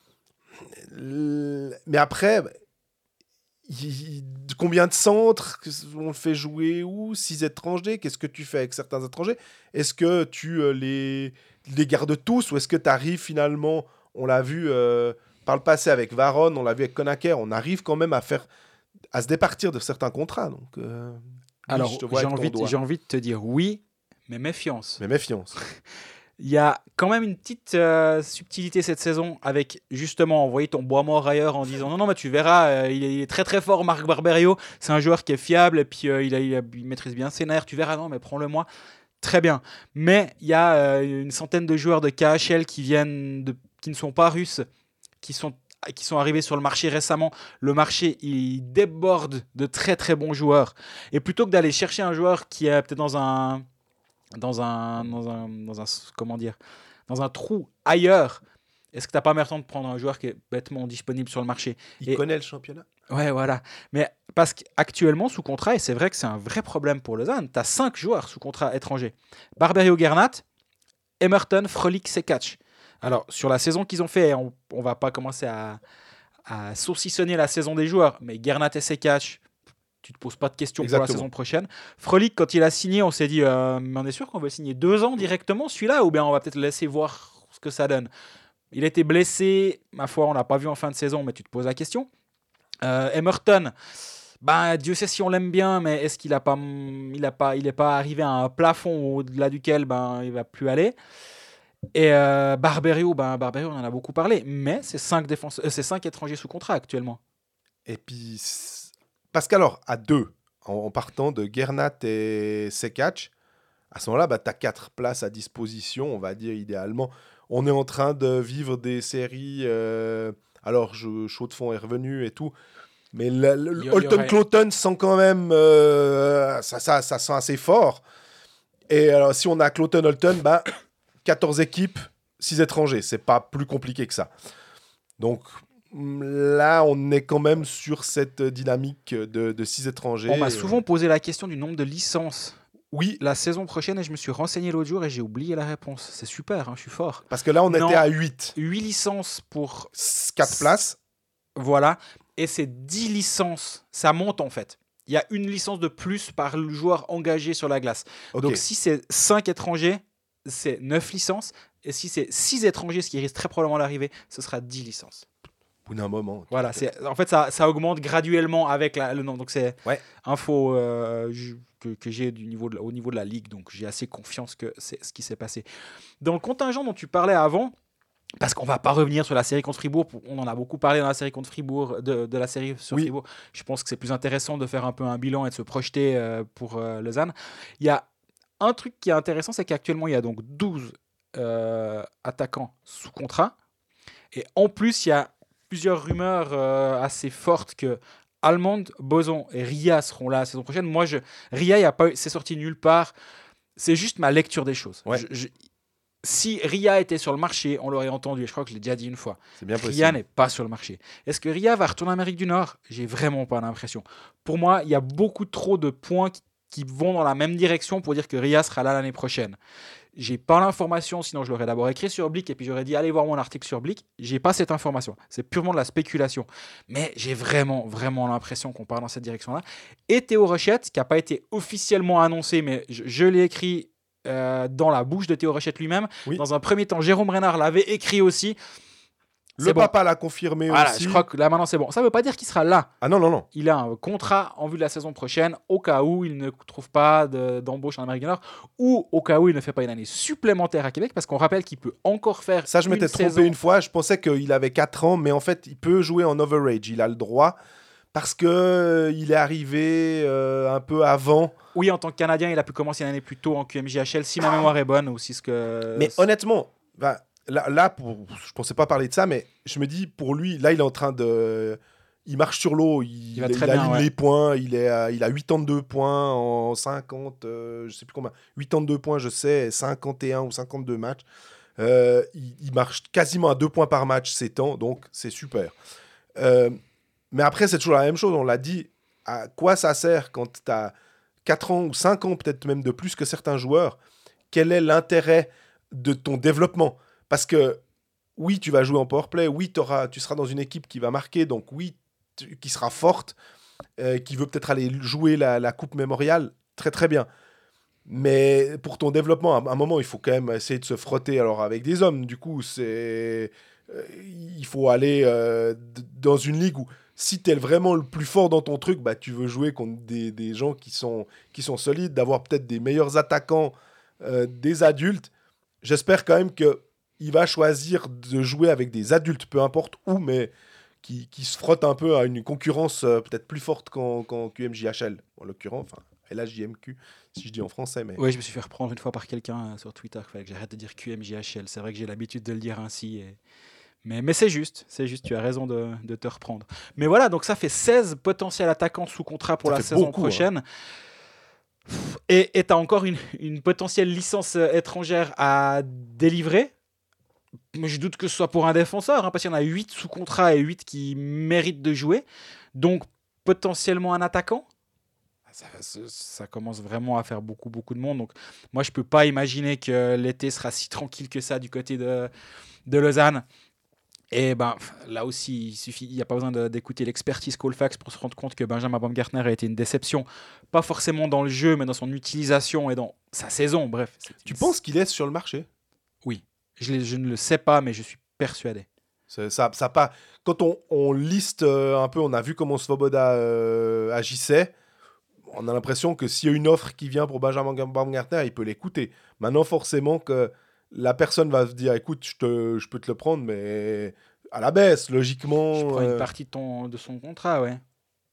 Mais après, il, combien de centres on le fait jouer où? Six étrangers, qu'est-ce que tu fais avec certains étrangers? Est-ce que tu euh, les, les gardes tous ou est-ce que tu arrives finalement, on l'a vu euh, par le passé avec Varone, on l'a vu avec Konaker, on arrive quand même à, faire, à se départir de certains contrats. Donc, euh, Alors, oui, j'ai, envie de, j'ai envie de te dire oui, mais méfiance. Mais méfiance. Il y a quand même une petite euh, subtilité cette saison avec justement envoyer ton bois mort ailleurs en disant non, non, mais tu verras, euh, il, est, il est très très fort, Marc Barberio. C'est un joueur qui est fiable et puis euh, il, a, il, a, il maîtrise bien ses nerfs. Tu verras, non, mais prends-le moi. Très bien. Mais il y a euh, une centaine de joueurs de K H L qui, viennent de, qui ne sont pas russes, qui sont, qui sont arrivés sur le marché récemment. Le marché, il déborde de très très bons joueurs. Et plutôt que d'aller chercher un joueur qui est peut-être dans un. Dans un, dans un, dans un, comment dire, dans un trou ailleurs, est-ce que tu n'as pas meilleur temps de prendre un joueur qui est bêtement disponible sur le marché? Il et, connaît le championnat. Ouais, voilà. Mais parce qu'actuellement, sous contrat, et c'est vrai que c'est un vrai problème pour Lausanne, tu as cinq joueurs sous contrat étrangers. Barberio Gernat, Emerton, Frolic, Sekatch. Alors, sur la saison qu'ils ont fait, on ne va pas commencer à, à saucissonner la saison des joueurs, mais Gernat et Sekatch, tu ne te poses pas de questions Exactement. Pour la saison prochaine. Frolic, quand il a signé, on s'est dit, euh, mais on est sûr qu'on veut signer deux ans directement, celui-là, ou bien on va peut-être le laisser voir ce que ça donne. Il a été blessé, ma foi, on ne l'a pas vu en fin de saison, mais tu te poses la question. Euh, Emerton, ben, Dieu sait si on l'aime bien, mais est-ce qu'il n'est pas, il a pas, il est pas arrivé à un plafond au-delà duquel ben, il ne va plus aller? Et euh, Barberio, ben, Barberio, on en a beaucoup parlé, mais c'est cinq, défense... euh, c'est cinq étrangers sous contrat actuellement. Et puis... Parce qu'alors, à deux, en, en partant de Gernat et Sekatch, à ce moment-là, bah, tu as quatre places à disposition, on va dire idéalement. On est en train de vivre des séries. Euh, alors, je, Chaud de Fond est revenu et tout. Mais le, le, le Holton aurait... Cloton sent quand même. Euh, ça, ça, ça sent assez fort. Et alors, si on a Cloton Holton, bah, quatorze équipes, six étrangers. C'est pas plus compliqué que ça. Donc. Là, on est quand même sur cette dynamique de, de six étrangers. On m'a souvent posé la question du nombre de licences. Oui. La saison prochaine, et je me suis renseigné l'autre jour et j'ai oublié la réponse. C'est super, hein, je suis fort. Parce que là, on non, était à huit. huit licences pour... quatre places. Voilà. Et c'est dix licences. Ça monte, en fait. Il y a une licence de plus par le joueur engagé sur la glace. Okay. Donc, si c'est cinq étrangers, c'est neuf licences. Et si c'est six étrangers, ce qui risque très probablement d'arriver, ce sera dix licences. D'un moment. Voilà, c'est, en fait, ça, ça augmente graduellement avec la, le nom. Donc, c'est ouais. info euh, que, que j'ai du niveau de, au niveau de la ligue. Donc, j'ai assez confiance que c'est ce qui s'est passé. Dans le contingent dont tu parlais avant, parce qu'on ne va pas revenir sur la série contre Fribourg, on en a beaucoup parlé dans la série contre Fribourg, de, de la série sur oui. Fribourg. Je pense que c'est plus intéressant de faire un peu un bilan et de se projeter euh, pour euh, Lausanne. Il y a un truc qui est intéressant, c'est qu'actuellement, il y a donc douze euh, attaquants sous contrat. Et en plus, il y a plusieurs rumeurs euh, assez fortes que Almond, Boson et Ria seront là la saison prochaine. Moi, je, Ria, y a pas, c'est sorti nulle part. C'est juste ma lecture des choses. Ouais. Je, je, si Ria était sur le marché, on l'aurait entendu. Et je crois que je l'ai déjà dit une fois. C'est bien possible. Ria n'est pas sur le marché. Est-ce que Ria va retourner en Amérique du Nord? J'ai vraiment pas l'impression. Pour moi, il y a beaucoup trop de points qui, qui vont dans la même direction pour dire que Ria sera là l'année prochaine. J'ai pas l'information, sinon je l'aurais d'abord écrit sur Blick et puis j'aurais dit allez voir mon article sur Blick. J'ai pas cette information. C'est purement de la spéculation. Mais j'ai vraiment, vraiment l'impression qu'on part dans cette direction-là. Et Théo Rochette, qui n'a pas été officiellement annoncé, mais je, je l'ai écrit euh, dans la bouche de Théo Rochette lui-même. Oui. Dans un premier temps, Jérôme Renard l'avait écrit aussi. Le c'est papa bon. L'a confirmé voilà, aussi. Je crois que là maintenant c'est bon. Ça ne veut pas dire qu'il sera là. Ah non, non, non. Il a un contrat en vue de la saison prochaine au cas où il ne trouve pas de, d'embauche en Amérique du Nord ou au cas où il ne fait pas une année supplémentaire à Québec parce qu'on rappelle qu'il peut encore faire ça, je m'étais une trompé saison. Une fois. Je pensais qu'il avait quatre ans, mais en fait, il peut jouer en overage. Il a le droit parce qu'il euh, est arrivé euh, un peu avant. Oui, en tant que Canadien, il a pu commencer une année plus tôt en Q M J H L si ma mémoire est bonne ou si ce que. Mais honnêtement, bah, là, là pour, je pensais pas parler de ça, mais je me dis, pour lui, là, il est en train de... Il marche sur l'eau, il, il, il aligne ouais. les points, il, est à, il a quatre-vingt-deux points en cinquante, euh, je sais plus combien, quatre-vingt-deux points, je sais, cinquante et un ou cinquante-deux matchs. Euh, il, il marche quasiment à deux points par match ces temps, donc c'est super. Euh, mais après, c'est toujours la même chose, on l'a dit, à quoi ça sert quand tu as quatre ans ou cinq ans, peut-être même de plus que certains joueurs? Quel est l'intérêt de ton développement? Parce que oui, tu vas jouer en powerplay, oui, t'auras, tu seras dans une équipe qui va marquer, donc oui, tu, qui sera forte, euh, qui veut peut-être aller jouer la, la Coupe Mémoriale, très très bien. Mais pour ton développement, à un moment, il faut quand même essayer de se frotter alors avec des hommes. Du coup, c'est, euh, il faut aller euh, d- dans une ligue où si tu es vraiment le plus fort dans ton truc, bah, tu veux jouer contre des, des gens qui sont, qui sont solides, d'avoir peut-être des meilleurs attaquants, euh, des adultes. J'espère quand même qu'il va choisir de jouer avec des adultes, peu importe où, mais qui, qui se frottent un peu à une concurrence euh, peut-être plus forte qu'en, qu'en Q M J H L, en l'occurrence. Enfin, L H J M Q, si je dis en français. Mais... Oui, je me suis fait reprendre une fois par quelqu'un euh, sur Twitter qu'il fallait que j'arrête de dire Q M J H L. C'est vrai que j'ai l'habitude de le dire ainsi. Et... Mais, mais c'est juste, c'est juste, tu as raison de, de te reprendre. Mais voilà, donc ça fait seize potentiels attaquants sous contrat pour ça la saison beaucoup, prochaine. Hein. Et tu as encore une, une potentielle licence étrangère à délivrer. Mais je doute que ce soit pour un défenseur, hein, parce qu'il y en a huit sous contrat et huit qui méritent de jouer. Donc potentiellement un attaquant. Ça, ça, ça commence vraiment à faire beaucoup, beaucoup de monde. Donc moi, je ne peux pas imaginer que l'été sera si tranquille que ça du côté de, de Lausanne. Et ben, là aussi, il suffit, il n'y a pas besoin de, d'écouter l'expertise Colfax pour se rendre compte que Benjamin Baumgartner a été une déception, pas forcément dans le jeu, mais dans son utilisation et dans sa saison. Bref. Tu penses qu'il est sur le marché? Oui. Je, je ne le sais pas, mais je suis persuadé. C'est, ça, ça pas... Quand on, on liste euh, un peu, on a vu comment Svoboda euh, agissait, on a l'impression que s'il y a une offre qui vient pour Benjamin Baumgartner, il peut l'écouter. Maintenant, forcément, que la personne va se dire, écoute, je, te, je peux te le prendre, mais à la baisse, logiquement. Je prends euh... une partie de, ton, de son contrat, ouais.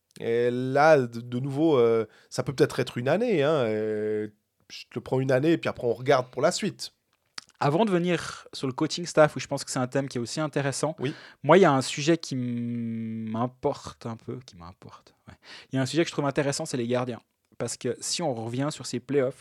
Et là, de, de nouveau, euh, ça peut peut-être être une année. Hein, je te le prends une année, et puis après, on regarde pour la suite. Avant de venir sur le coaching staff, où je pense que c'est un thème qui est aussi intéressant, oui. moi, il y a un sujet qui m'importe un peu. Qui m'importe. Ouais. Il y a un sujet que je trouve intéressant, c'est les gardiens. Parce que si on revient sur ces playoffs,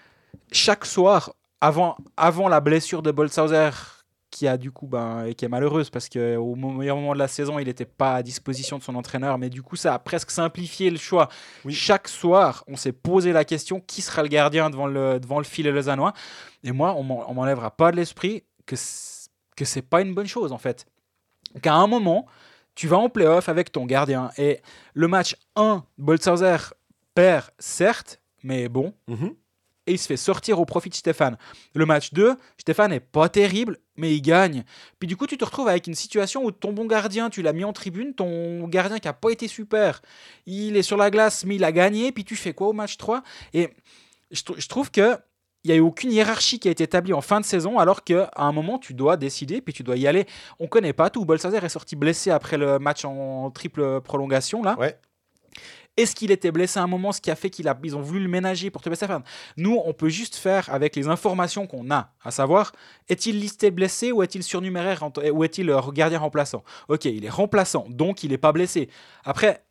chaque soir, avant, avant la blessure de Boltzhauser, qui a du coup, ben, et qui est malheureuse, parce qu'au meilleur moment de la saison, il n'était pas à disposition de son entraîneur, mais du coup, ça a presque simplifié le choix. Oui. Chaque soir, on s'est posé la question, qui sera le gardien devant le, devant le filet lausannois? Et moi, on ne m'enlèvera pas de l'esprit que ce n'est pas une bonne chose, en fait. Qu'à un moment, tu vas en play-off avec ton gardien. Et le match un, Boltzhauser perd, certes, mais bon. Mm-hmm. Et il se fait sortir au profit de Stéphane. Le match deux, Stéphane n'est pas terrible, mais il gagne. Puis du coup, tu te retrouves avec une situation où ton bon gardien, tu l'as mis en tribune, ton gardien qui n'a pas été super, il est sur la glace, mais il a gagné, puis tu fais quoi au match trois? Et je, t- je trouve que il n'y a eu aucune hiérarchie qui a été établie en fin de saison, alors qu'à un moment, tu dois décider, puis tu dois y aller. On ne connaît pas tout. Boltzhauser est sorti blessé après le match en triple prolongation, là. Ouais. Est-ce qu'il était blessé à un moment, ce qui a fait qu'ils ont voulu le ménager pour Tobias Stéphane? Nous, on peut juste faire avec les informations qu'on a, à savoir, est-il listé blessé ou est-il surnuméraire ou est-il gardien remplaçant? Ok, il est remplaçant, donc il n'est pas blessé. Après,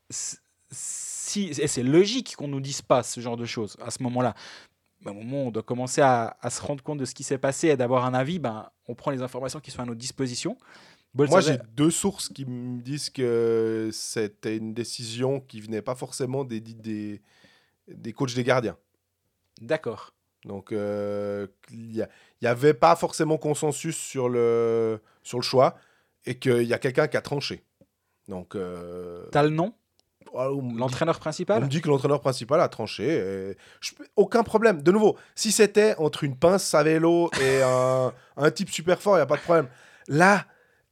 si, et c'est logique qu'on ne nous dise pas ce genre de choses à ce moment-là. Ben, au moment où on doit commencer à, à se rendre compte de ce qui s'est passé et d'avoir un avis, ben, on prend les informations qui sont à notre disposition. Moi, j'ai deux sources qui me disent que c'était une décision qui venait pas forcément des, des, des coachs des gardiens. D'accord. Donc, il euh, n'y avait pas forcément consensus sur le, sur le choix et qu'il y a quelqu'un qui a tranché. Donc, euh... T'as le nom? L'entraîneur dit, principal? On me dit que l'entraîneur principal a tranché. Et je, aucun problème. De nouveau, si c'était entre une pince à vélo et un, un type super fort, il n'y a pas de problème. Là,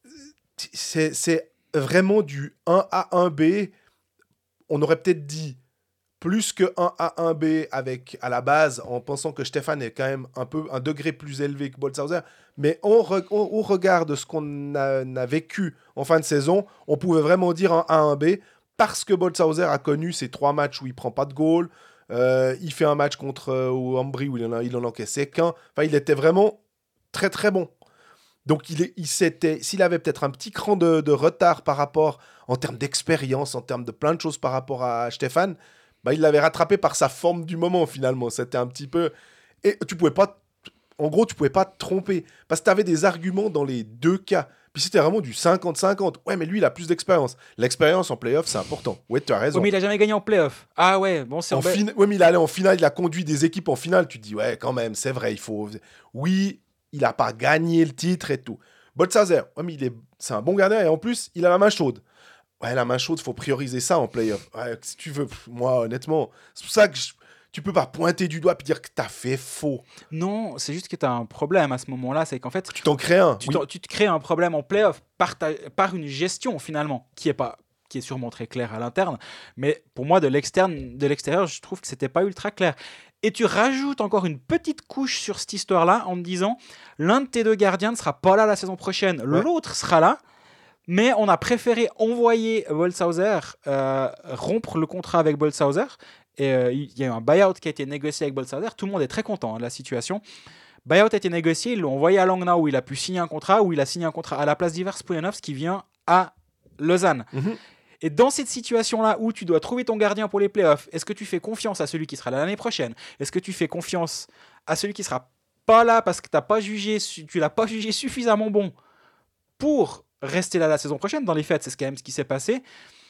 c'est, c'est vraiment du un A un B. On aurait peut-être dit plus que un A un B avec, à la base, en pensant que Stéphane est quand même un, peu, un degré plus élevé que Boltzhauser. Mais on, re, on, au regard de ce qu'on a, a vécu en fin de saison, on pouvait vraiment dire un A un B parce que Boltzhauser a connu ces trois matchs où il ne prend pas de goal. Euh, il fait un match contre euh, Ambry où il en, a, il en encaissait qu'un. Enfin, il était vraiment très très bon. Donc, il est, il s'était, s'il avait peut-être un petit cran de, de retard par rapport, en termes d'expérience, en termes de plein de choses par rapport à Stéphane, bah, il l'avait rattrapé par sa forme du moment, finalement. C'était un petit peu... Et tu pouvais pas... En gros, tu pouvais pas te tromper. Parce que tu avais des arguments dans les deux cas. Puis c'était vraiment du cinquante cinquante. Ouais, mais lui, il a plus d'expérience. L'expérience en play-off, c'est important. Ouais, tu as raison. Ouais, mais il a jamais gagné en play-off. Ah ouais, bon, c'est en en fin... Ouais, mais il est allé en finale, il a conduit des équipes en finale. Tu te dis, ouais, quand même, c'est vrai, il faut... Oui, il a pas gagné le titre et tout. Boltsazer, ouais, mais il est... c'est un bon gardien et en plus, il a la main chaude. Ouais, la main chaude, il faut prioriser ça en play-off. Ouais, si tu veux, pff, moi, honnêtement, c'est pour ça que je... tu peux pas pointer du doigt et dire que tu as fait faux. Non, c'est juste que tu as un problème à ce moment-là. C'est qu'en fait, tu t'en crées un. Tu, oui. tu te crées un problème en play-off par, ta... par une gestion, finalement, qui est pas... qui est sûrement très claire à l'interne. Mais pour moi, de l'externe, de l'extérieur, je trouve que c'était pas ultra clair. Et tu rajoutes encore une petite couche sur cette histoire-là en te disant l'un de tes deux gardiens ne sera pas là la saison prochaine, ouais. L'autre sera là, mais on a préféré envoyer Boltzhauser, euh, rompre le contrat avec Boltzhauser. Et euh, il y a eu un buyout qui a été négocié avec Boltzhauser. Tout le monde est très content hein, de la situation. Buyout a été négocié, ils l'ont envoyé à Langnau où il a pu signer un contrat, où il a signé un contrat à la place d'Ivars Poulianovs qui vient à Lausanne. Mm-hmm. Et dans cette situation-là où tu dois trouver ton gardien pour les playoffs, est-ce que tu fais confiance à celui qui sera là l'année prochaine ? Est-ce que tu fais confiance à celui qui sera pas là parce que t'as pas jugé, tu l'as pas jugé suffisamment bon pour rester là la saison prochaine ? Dans les faits, c'est quand même ce qui s'est passé.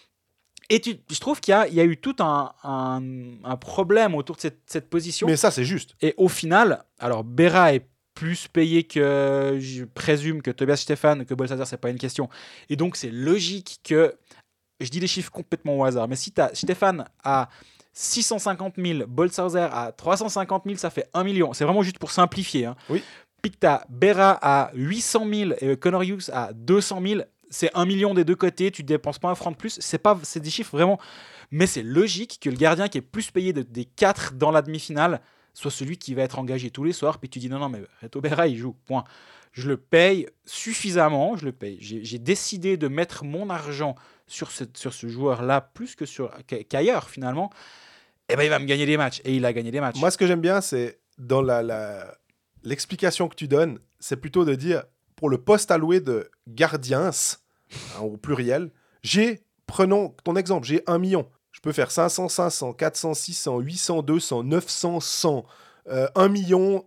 Et tu, je trouve qu'il y a, il y a eu tout un, un, un problème autour de cette, cette position. Mais ça, c'est juste. Et au final, alors Berra est plus payé que, je présume, que Tobias Stephan, que Boltzhauser, c'est pas une question. Et donc, c'est logique que... Je dis des chiffres complètement au hasard, mais si tu as Stéphane à six cent cinquante mille, Boltzhauser à trois cent cinquante mille, ça fait un million. C'est vraiment juste pour simplifier. Hein. Oui. Puis que tu as Berra à huit cent mille et Connor Hughes à deux cent mille, c'est un million des deux côtés. Tu ne dépenses pas un franc de plus. C'est, pas, c'est des chiffres vraiment... Mais c'est logique que le gardien qui est plus payé de, des quatre dans la demi-finale soit celui qui va être engagé tous les soirs. Puis tu dis non, non, mais Reto Berra, il joue. Point. Je le paye suffisamment. Je le paye. J'ai, j'ai décidé de mettre mon argent sur ce, sur ce joueur-là plus que sur, qu'ailleurs finalement, eh ben, il va me gagner des matchs. Et il a gagné des matchs. Moi, ce que j'aime bien, c'est dans la, la, l'explication que tu donnes, c'est plutôt de dire, pour le poste alloué de gardiens, hein, au pluriel, j'ai, prenons ton exemple, j'ai un million. Je peux faire cinq cents, cinq cents, quatre cents, six cents, huit cents, deux cents, neuf cents, cent. Euh, un million...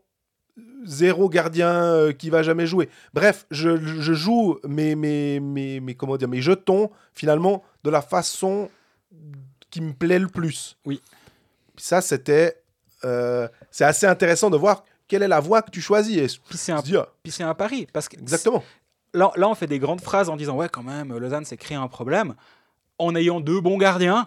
zéro gardien euh, qui va jamais jouer. Bref, je, je joue mes, mes, mes, mes, comment dire, mes jetons, finalement, de la façon qui me plaît le plus. Oui. Ça, c'était... Euh, c'est assez intéressant de voir quelle est la voie que tu choisis. Et puis, c'est un, dire, puis c'est un pari. Parce que exactement. Là, là, on fait des grandes phrases en disant « Ouais, quand même, Lausanne s'est créé un problème. » En ayant deux bons gardiens.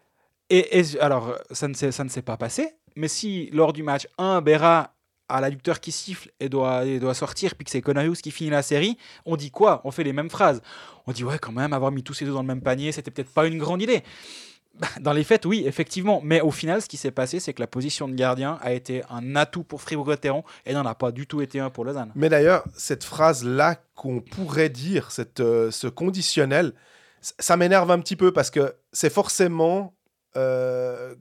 Et, et alors, ça ne, s'est, ça ne s'est pas passé. Mais si, lors du match un, Berra à l'adducteur qui siffle et doit, et doit sortir, puis que c'est Connor qui finit la série, on dit quoi ? On fait les mêmes phrases. On dit, ouais, quand même, avoir mis tous ces deux dans le même panier, c'était peut-être pas une grande idée. Dans les faits, oui, effectivement. Mais au final, ce qui s'est passé, c'est que la position de gardien a été un atout pour Fribourg-Gotteron et n'en a pas du tout été un pour Lausanne. Mais d'ailleurs, cette phrase-là qu'on pourrait dire, cette, euh, ce conditionnel, ça m'énerve un petit peu parce que c'est forcément, euh,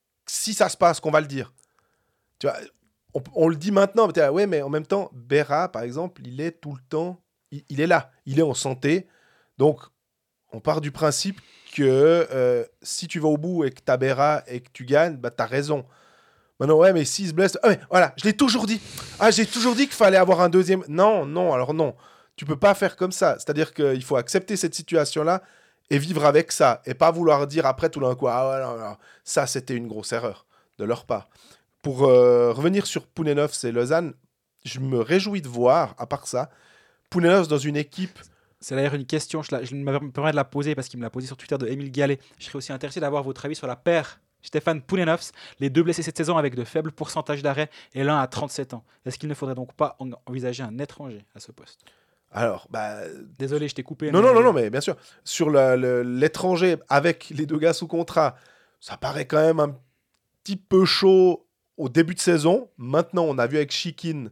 si ça se passe, qu'on va le dire. Tu vois, On, on le dit maintenant, mais là, ouais, mais en même temps, Berra, par exemple, il est tout le temps, il, il est là, il est en santé. Donc, on part du principe que euh, si tu vas au bout et que tu as Berra et que tu gagnes, bah, tu as raison. Maintenant, ouais, mais s'il se blesse, ah, ouais, voilà, je l'ai toujours dit. Ah, j'ai toujours dit qu'il fallait avoir un deuxième. Non, non, alors non. Tu peux pas faire comme ça. C'est-à-dire qu'il faut accepter cette situation-là et vivre avec ça. Et pas vouloir dire après tout d'un coup, ah ouais, non, non, ça, c'était une grosse erreur de leur part. Pour euh, revenir sur Poulianovs et Lausanne, je me réjouis de voir, à part ça, Poulianovs dans une équipe... C'est d'ailleurs une question, je, la, je me permets de la poser parce qu'il me l'a posée sur Twitter de Émile Gallet. Je serais aussi intéressé d'avoir votre avis sur la paire Stéphane Poulianovs, les deux blessés cette saison avec de faibles pourcentages d'arrêt et l'un à trente-sept ans. Est-ce qu'il ne faudrait donc pas envisager un étranger à ce poste ? Alors, bah... Désolé, je t'ai coupé. Non, mais... non, non, non, mais bien sûr. Sur le, le, l'étranger avec les deux gars sous contrat, ça paraît quand même un petit peu chaud au début de saison. Maintenant, on a vu avec Chikin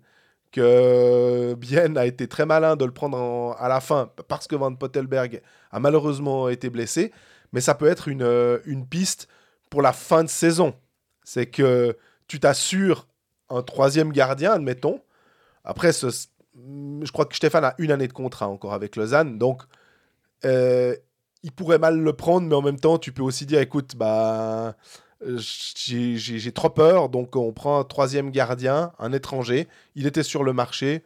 que Bien a été très malin de le prendre en, à la fin parce que Van Pottelberg a malheureusement été blessé. Mais ça peut être une, une piste pour la fin de saison. C'est que tu t'assures un troisième gardien, admettons. Après, ce, je crois que Stéphane a une année de contrat encore avec Lausanne, donc euh, il pourrait mal le prendre, mais en même temps, tu peux aussi dire, écoute, bah, j'ai, j'ai, j'ai trop peur, donc on prend un troisième gardien, un étranger. Il était sur le marché,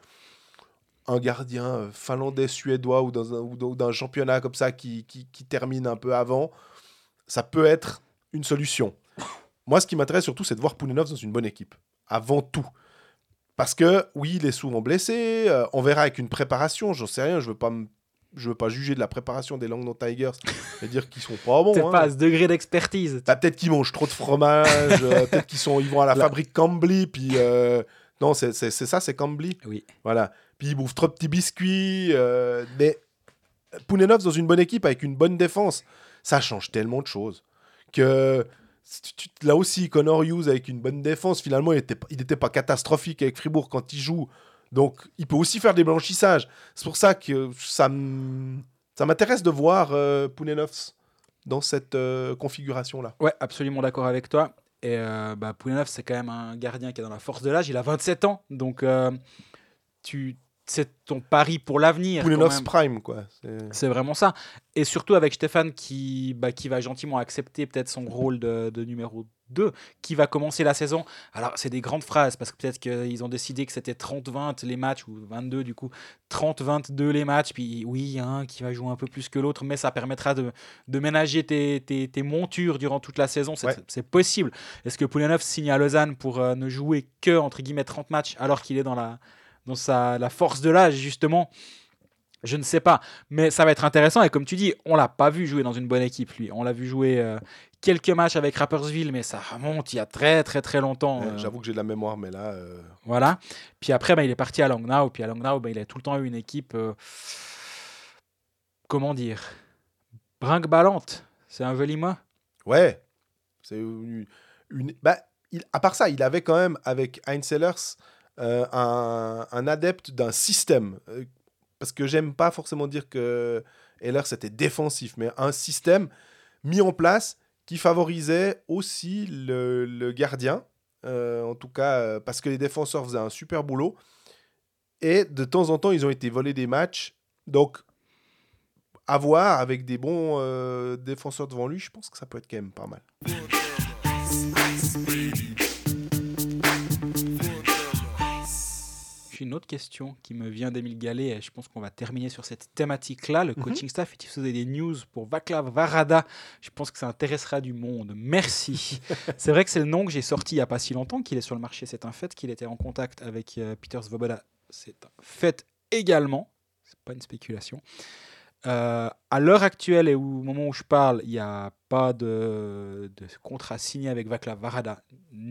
un gardien finlandais, suédois ou, dans un, ou d'un championnat comme ça qui, qui, qui termine un peu avant. Ça peut être une solution. Moi, ce qui m'intéresse surtout, c'est de voir Poulianov dans une bonne équipe, avant tout. Parce que, oui, il est souvent blessé, euh, on verra avec une préparation, j'en sais rien, je veux pas me Je veux pas juger de la préparation des Langdon Tigers et dire qu'ils sont pas bons. Peut-être hein. pas à ce degré d'expertise. Bah, peut-être qu'ils mangent trop de fromage, euh, peut-être qu'ils sont, ils vont à la, la... fabrique Cambly, puis euh... non, c'est, c'est, c'est ça, c'est Cambly. Oui. Voilà. Puis ils bouffent trop de petits biscuits. Euh... Mais Poulianov dans une bonne équipe avec une bonne défense, ça change tellement de choses que là aussi, Connor Hughes avec une bonne défense, finalement, il n'était il était pas catastrophique avec Fribourg quand il joue. Donc, il peut aussi faire des blanchissages. C'est pour ça que ça, m... ça m'intéresse de voir euh, Poulianov dans cette euh, configuration-là. Ouais, absolument d'accord avec toi. Et euh, bah, Poulianov, c'est quand même un gardien qui est dans la force de l'âge. Il a vingt-sept ans. Donc, euh, tu... c'est ton pari pour l'avenir. Poulianov's prime, quoi. C'est... c'est vraiment ça. Et surtout avec Stéphane qui, bah, qui va gentiment accepter peut-être son rôle de, de numéro deux, qui va commencer la saison. Alors, c'est des grandes phrases, parce que peut-être qu'ils ont décidé que c'était trente vingt les matchs, ou vingt-deux du coup, trente vingt-deux les matchs, puis oui, il y a un qui va jouer un peu plus que l'autre, mais ça permettra de, de ménager tes, tes, tes montures durant toute la saison. C'est, ouais. c'est possible. Est-ce que Poulianov signe à Lausanne pour euh, ne jouer que, entre guillemets, trente matchs, alors qu'il est dans la, dans sa, la force de l'âge, justement? Je ne sais pas, mais ça va être intéressant. Et comme tu dis, on l'a pas vu jouer dans une bonne équipe, lui. On l'a vu jouer euh, quelques matchs avec Rapperswil, mais ça remonte il y a très très très longtemps. Ouais, euh... J'avoue que j'ai de la mémoire, mais là... Euh... Voilà. Puis après, bah, il est parti à Langnau. Puis à Langnau, bah, il a tout le temps eu une équipe... Euh... Comment dire, brinque-ballante. C'est un joli mot. Ouais. C'est une... une... Bah, il... À part ça, il avait quand même, avec Heinz Ehlers, euh, un... un adepte d'un système... Euh... Parce que j'aime pas forcément dire que Ehlers c'était défensif, mais un système mis en place qui favorisait aussi le, le gardien, euh, en tout cas euh, parce que les défenseurs faisaient un super boulot. Et de temps en temps, ils ont été volés des matchs. Donc, à voir avec des bons euh, défenseurs devant lui, je pense que ça peut être quand même pas mal. Une autre question qui me vient d'Émile Gallet, et je pense qu'on va terminer sur cette thématique-là. Le coaching mm-hmm. staff, est-il faisait des news pour Vaclav Varada? Je pense que ça intéressera du monde. Merci. C'est vrai que c'est le nom que j'ai sorti il n'y a pas si longtemps, qu'il est sur le marché. C'est un fait qu'il était en contact avec euh, Peter Svoboda. C'est un fait également. C'est pas une spéculation. Euh, à l'heure actuelle et au moment où je parle, il n'y a pas de, de contrat signé avec Vaclav Varada,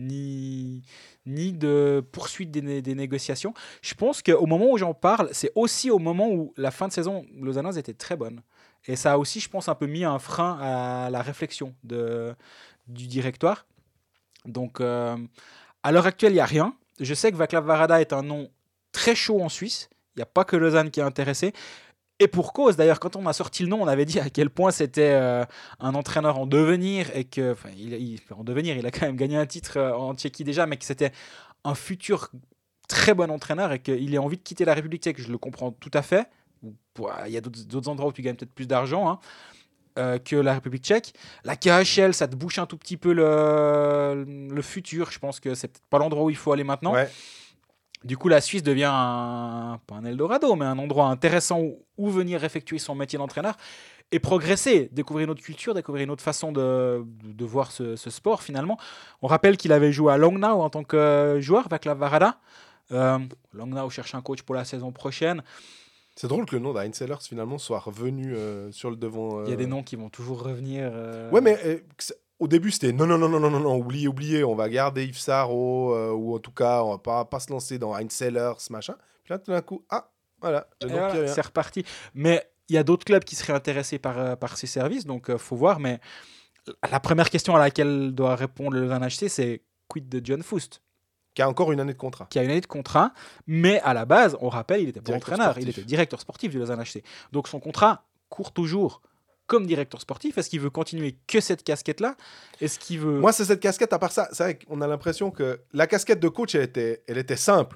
ni, ni de poursuite des, né- des négociations. Je pense qu'au moment où j'en parle, c'est aussi au moment où la fin de saison lausannoise était très bonne. Et ça a aussi, je pense, un peu mis un frein à la réflexion de, du directoire. Donc, euh, à l'heure actuelle, il n'y a rien. Je sais que Vaclav Varada est un nom très chaud en Suisse. Il n'y a pas que Lausanne qui est intéressé. Et pour cause, d'ailleurs, quand on a sorti le nom, on avait dit à quel point c'était euh, un entraîneur en devenir, et que, enfin, il, il, en devenir, il a quand même gagné un titre euh, en Tchéquie déjà, mais que c'était un futur très bon entraîneur et qu'il ait envie de quitter la République tchèque. Je le comprends tout à fait. Il y a d'autres, d'autres endroits où tu gagnes peut-être plus d'argent hein, euh, que la République tchèque. La K H L, ça te bouche un tout petit peu le, le futur. Je pense que c'est peut-être pas l'endroit où il faut aller maintenant. Ouais. Du coup, la Suisse devient un, pas un Eldorado, mais un endroit intéressant où, où venir effectuer son métier d'entraîneur et progresser, découvrir une autre culture, découvrir une autre façon de, de, de voir ce, ce sport finalement. On rappelle qu'il avait joué à Langnau en tant que joueur, Vaclav Varada. Euh, Langnau cherche un coach pour la saison prochaine. C'est drôle que le nom d'Heinz Ehlers finalement soit revenu euh, sur le devant. Euh... Il y a des noms qui vont toujours revenir. Euh... Ouais, mais... Euh, au début, c'était non, non, non, non, non, non, non, oubliez, oubliez, on va garder Yves Sarro, euh, ou en tout cas, on va pas, pas se lancer dans Heinz Ehlers, machin. Puis là, tout d'un coup, ah, voilà, le nom voilà, c'est reparti. Mais il y a d'autres clubs qui seraient intéressés par, euh, par ces services, donc il euh, faut voir. Mais la première question à laquelle doit répondre le Lausanne H C, c'est quid de John Foust, qui a encore une année de contrat. Qui a une année de contrat, mais à la base, on rappelle, il était pas entraîneur, sportif. Il était directeur sportif du Lausanne H C. Donc son contrat court toujours comme directeur sportif. Est-ce qu'il veut continuer que cette casquette-là? Est-ce qu'il veut... Moi, c'est cette casquette. À part ça, c'est vrai qu'on a l'impression que la casquette de coach, elle était, elle était simple.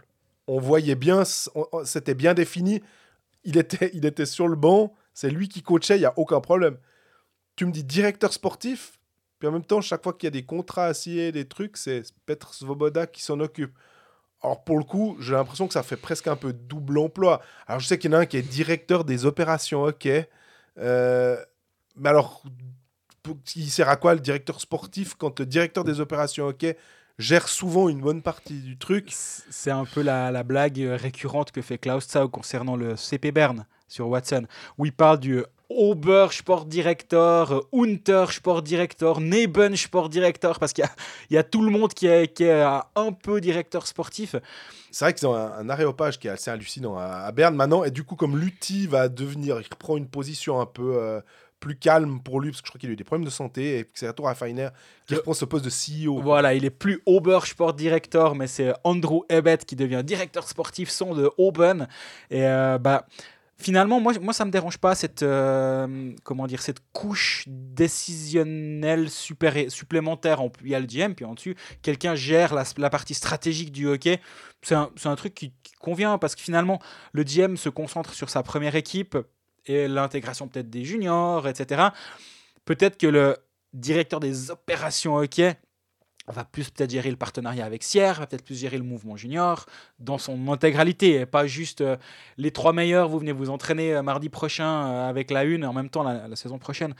on voyait bien, on, c'était bien défini. Il était, il était sur le banc, c'est lui qui coachait, il n'y a aucun problème. Tu me dis directeur sportif, puis en même temps, chaque fois qu'il y a des contrats à signer, des trucs, c'est Petr Svoboda qui s'en occupe. Alors pour le coup, j'ai l'impression que ça fait presque un peu double emploi. Alors je sais qu'il y en a un qui est directeur des opérations hockey. Euh, mais alors, il sert à quoi le directeur sportif quand le directeur des opérations hockey gère souvent une bonne partie du truc? C'est un peu la, la blague récurrente que fait Klaus Zau concernant le C P Bern sur Watson, où il parle du Ober Sport Director, Unter Sport Director, Neben Sport Director, parce qu'il y a, il y a tout le monde qui est, qui est un peu directeur sportif. C'est vrai qu'ils ont un, un aréopage qui est assez hallucinant à, à Berne maintenant, et du coup, comme Lutti va devenir, il reprend une position un peu euh, plus calme pour lui, parce que je crois qu'il a eu des problèmes de santé, et c'est retour à Feiner qui reprend ce poste de C E O. Voilà, il est plus Ober Sport Director, mais c'est Andrew Ebbett qui devient directeur sportif son de Oben, et euh, bah. Finalement, moi, moi, ça me dérange pas cette, euh, comment dire, cette couche décisionnelle super, supplémentaire. Il y a le G M, puis en dessus, quelqu'un gère la, la partie stratégique du hockey. C'est un, c'est un truc qui, qui convient parce que finalement, le G M se concentre sur sa première équipe et l'intégration peut-être des juniors, et cetera. Peut-être que le directeur des opérations hockey va plus peut-être gérer le partenariat avec Sierre, va peut-être plus gérer le mouvement junior dans son intégralité, et pas juste euh, les trois meilleurs, vous venez vous entraîner euh, mardi prochain euh, avec la une, et en même temps la, la saison prochaine.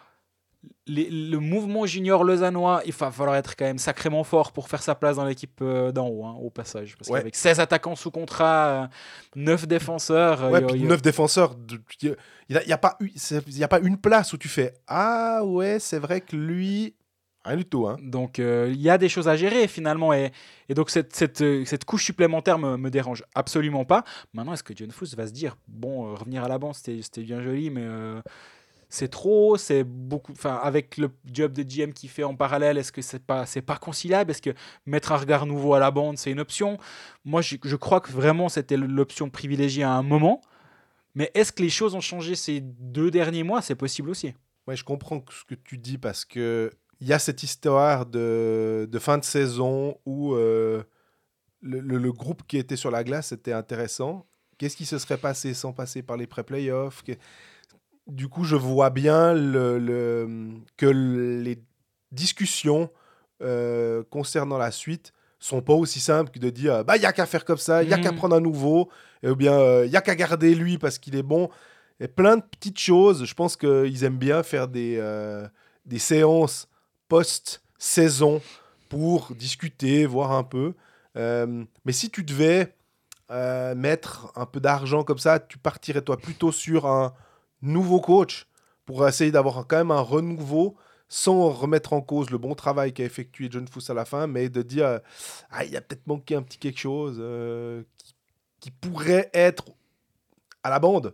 Les, le mouvement junior lausannois, il va falloir être quand même sacrément fort pour faire sa place dans l'équipe euh, d'en haut, hein, au passage. Parce ouais. qu'avec seize attaquants sous contrat, euh, neuf défenseurs... Ouais, euh, puis y a, neuf défenseurs, il n'y a, y a, a pas une place où tu fais « Ah ouais, c'est vrai que lui... » Rien du tout. Hein. Donc, il euh, y a des choses à gérer finalement. Et, et donc, cette, cette, cette couche supplémentaire me, me dérange absolument pas. Maintenant, est-ce que John Foos va se dire bon, euh, revenir à la banque, c'était, c'était bien joli, mais euh, c'est trop, c'est beaucoup. Enfin, avec le job de G M qu'il fait en parallèle, est-ce que c'est pas, c'est pas conciliable? Est-ce que mettre un regard nouveau à la bande, c'est une option? Moi, je, je crois que vraiment, c'était l'option privilégiée à un moment. Mais est-ce que les choses ont changé ces deux derniers mois? C'est possible aussi. Ouais, je comprends ce que tu dis parce que. Il y a cette histoire de, de fin de saison où euh, le, le, le groupe qui était sur la glace était intéressant. Qu'est-ce qui se serait passé sans passer par les pré-playoffs? Que... Du coup, je vois bien le, le, que les discussions euh, concernant la suite sont pas aussi simples que de dire bah, il n'y a qu'à faire comme ça, il n'y a mmh. qu'à prendre un nouveau, ou bien il euh, n'y a qu'à garder lui parce qu'il est bon. Et plein de petites choses. Je pense qu'ils aiment bien faire des, euh, des séances post-saison pour discuter, voir un peu. Euh, mais si tu devais euh, mettre un peu d'argent comme ça, tu partirais toi plutôt sur un nouveau coach pour essayer d'avoir quand même un renouveau sans remettre en cause le bon travail qu'a effectué John Foos à la fin, mais de dire ah, il y a peut-être manqué un petit quelque chose euh, qui, qui pourrait être à la bande.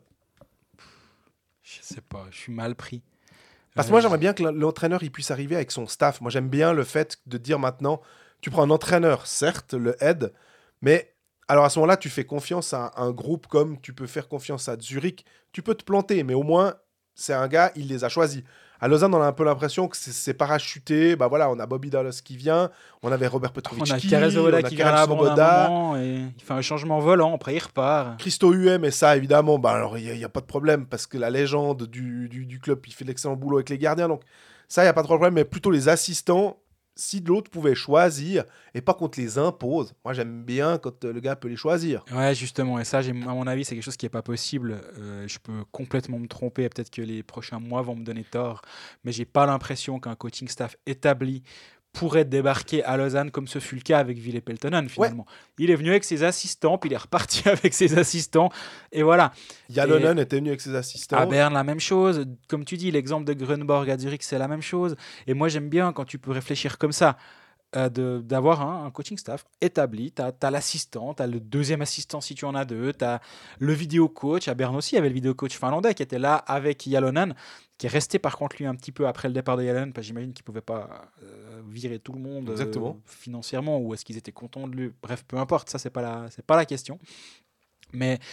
Je sais pas, je suis mal pris. Parce que moi, j'aimerais bien que l'entraîneur il puisse arriver avec son staff. Moi, j'aime bien le fait de dire maintenant, tu prends un entraîneur, certes, le head, mais alors à ce moment-là, tu fais confiance à un groupe comme tu peux faire confiance à Zurich. Tu peux te planter, mais au moins, c'est un gars, il les a choisis. À Lausanne, on a un peu l'impression que c'est, c'est parachuté. Bah voilà, on a Bobby Dallas qui vient, on avait Robert Petrovic on a qui, Karel Svoboda qui vient à Svoboda, moment et il fait un changement volant, après il repart. Christo U M et ça, évidemment, bah alors il n'y a, a pas de problème parce que la légende du, du, du club, il fait l'excellent boulot avec les gardiens, donc ça, il n'y a pas de problème, mais plutôt les assistants, si l'autre pouvait choisir et pas qu'on te les impose. Moi, j'aime bien quand le gars peut les choisir. Ouais, justement, et ça, j'ai, à mon avis, c'est quelque chose qui n'est pas possible. Euh, je peux complètement me tromper, peut-être que les prochains mois vont me donner tort, mais j'ai pas l'impression qu'un coaching staff établi pourrait débarquer à Lausanne comme ce fut le cas avec Ville Peltonen finalement. Ouais. Il est venu avec ses assistants, puis il est reparti avec ses assistants, et voilà. Jalonen était venu avec ses assistants. À Berne, la même chose. Comme tu dis, l'exemple de Grunborg à Zurich, c'est la même chose. Et moi, j'aime bien quand tu peux réfléchir comme ça, euh, de, d'avoir un, un coaching staff établi. Tu as l'assistant, tu as le deuxième assistant si tu en as deux, tu as le vidéo coach. À Berne aussi, il y avait le vidéo coach finlandais qui était là avec Jalonen, qui est resté par contre lui un petit peu après le départ de Jalonen, parce que j'imagine qu'il ne pouvait pas euh, virer tout le monde euh, financièrement, ou est-ce qu'ils étaient contents de lui. Bref, peu importe, ça c'est pas la, c'est pas la question. Mais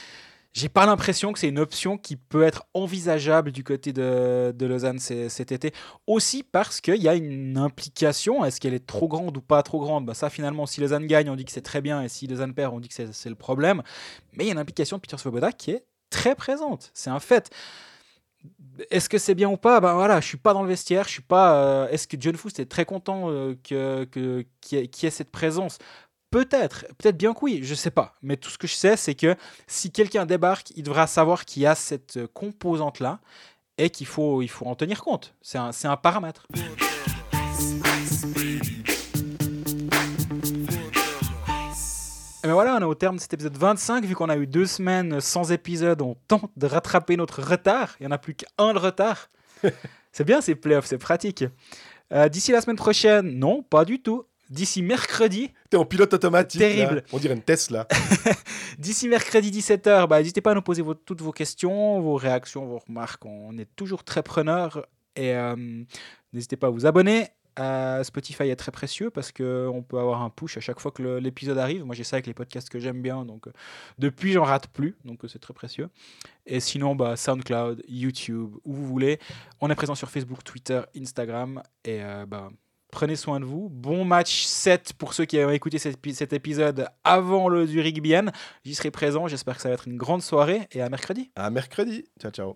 j'ai pas l'impression que c'est une option qui peut être envisageable du côté de, de Lausanne c- cet été. Aussi parce qu'il y a une implication. Est-ce qu'elle est trop grande ou pas trop grande? Bah ça, finalement, si Lausanne gagne, on dit que c'est très bien. Et si Lausanne perd, on dit que c'est, c'est le problème. Mais il y a une implication de Peter Svoboda qui est très présente. C'est un fait. Est-ce que c'est bien ou pas? Ben voilà, je suis pas dans le vestiaire. Je suis pas. Euh, est-ce que John Foust est très content euh, que, que, qu'il y ait, qu'il y ait cette présence? Peut-être, peut-être bien que oui, je sais pas. Mais tout ce que je sais, c'est que si quelqu'un débarque, il devra savoir qu'il y a cette composante-là et qu'il faut, il faut en tenir compte. C'est un, c'est un paramètre. Et ben voilà, on est au terme de cet épisode vingt-cinq. Vu qu'on a eu deux semaines sans épisode, on tente de rattraper notre retard. Il n'y en a plus qu'un de retard. C'est bien ces playoffs, c'est pratique. Euh, d'ici la semaine prochaine, non, pas du tout. D'ici mercredi... T'es en pilote automatique. Terrible. Là. On dirait une Tesla. D'ici mercredi dix-sept heures, bah, n'hésitez pas à nous poser vos, toutes vos questions, vos réactions, vos remarques. On est toujours très preneurs. Et euh, n'hésitez pas à vous abonner. Euh, Spotify est très précieux parce qu'on peut avoir un push à chaque fois que le, l'épisode arrive. Moi, j'ai ça avec les podcasts que j'aime bien. Donc, euh, depuis, j'en rate plus. Donc, euh, c'est très précieux. Et sinon, bah, SoundCloud, YouTube, où vous voulez. On est présent sur Facebook, Twitter, Instagram. Et euh, bah, prenez soin de vous. Bon match sept pour ceux qui ont écouté cet, cet épisode avant le du Rugby. J'y serai présent. J'espère que ça va être une grande soirée. Et à mercredi. À mercredi. Ciao, ciao.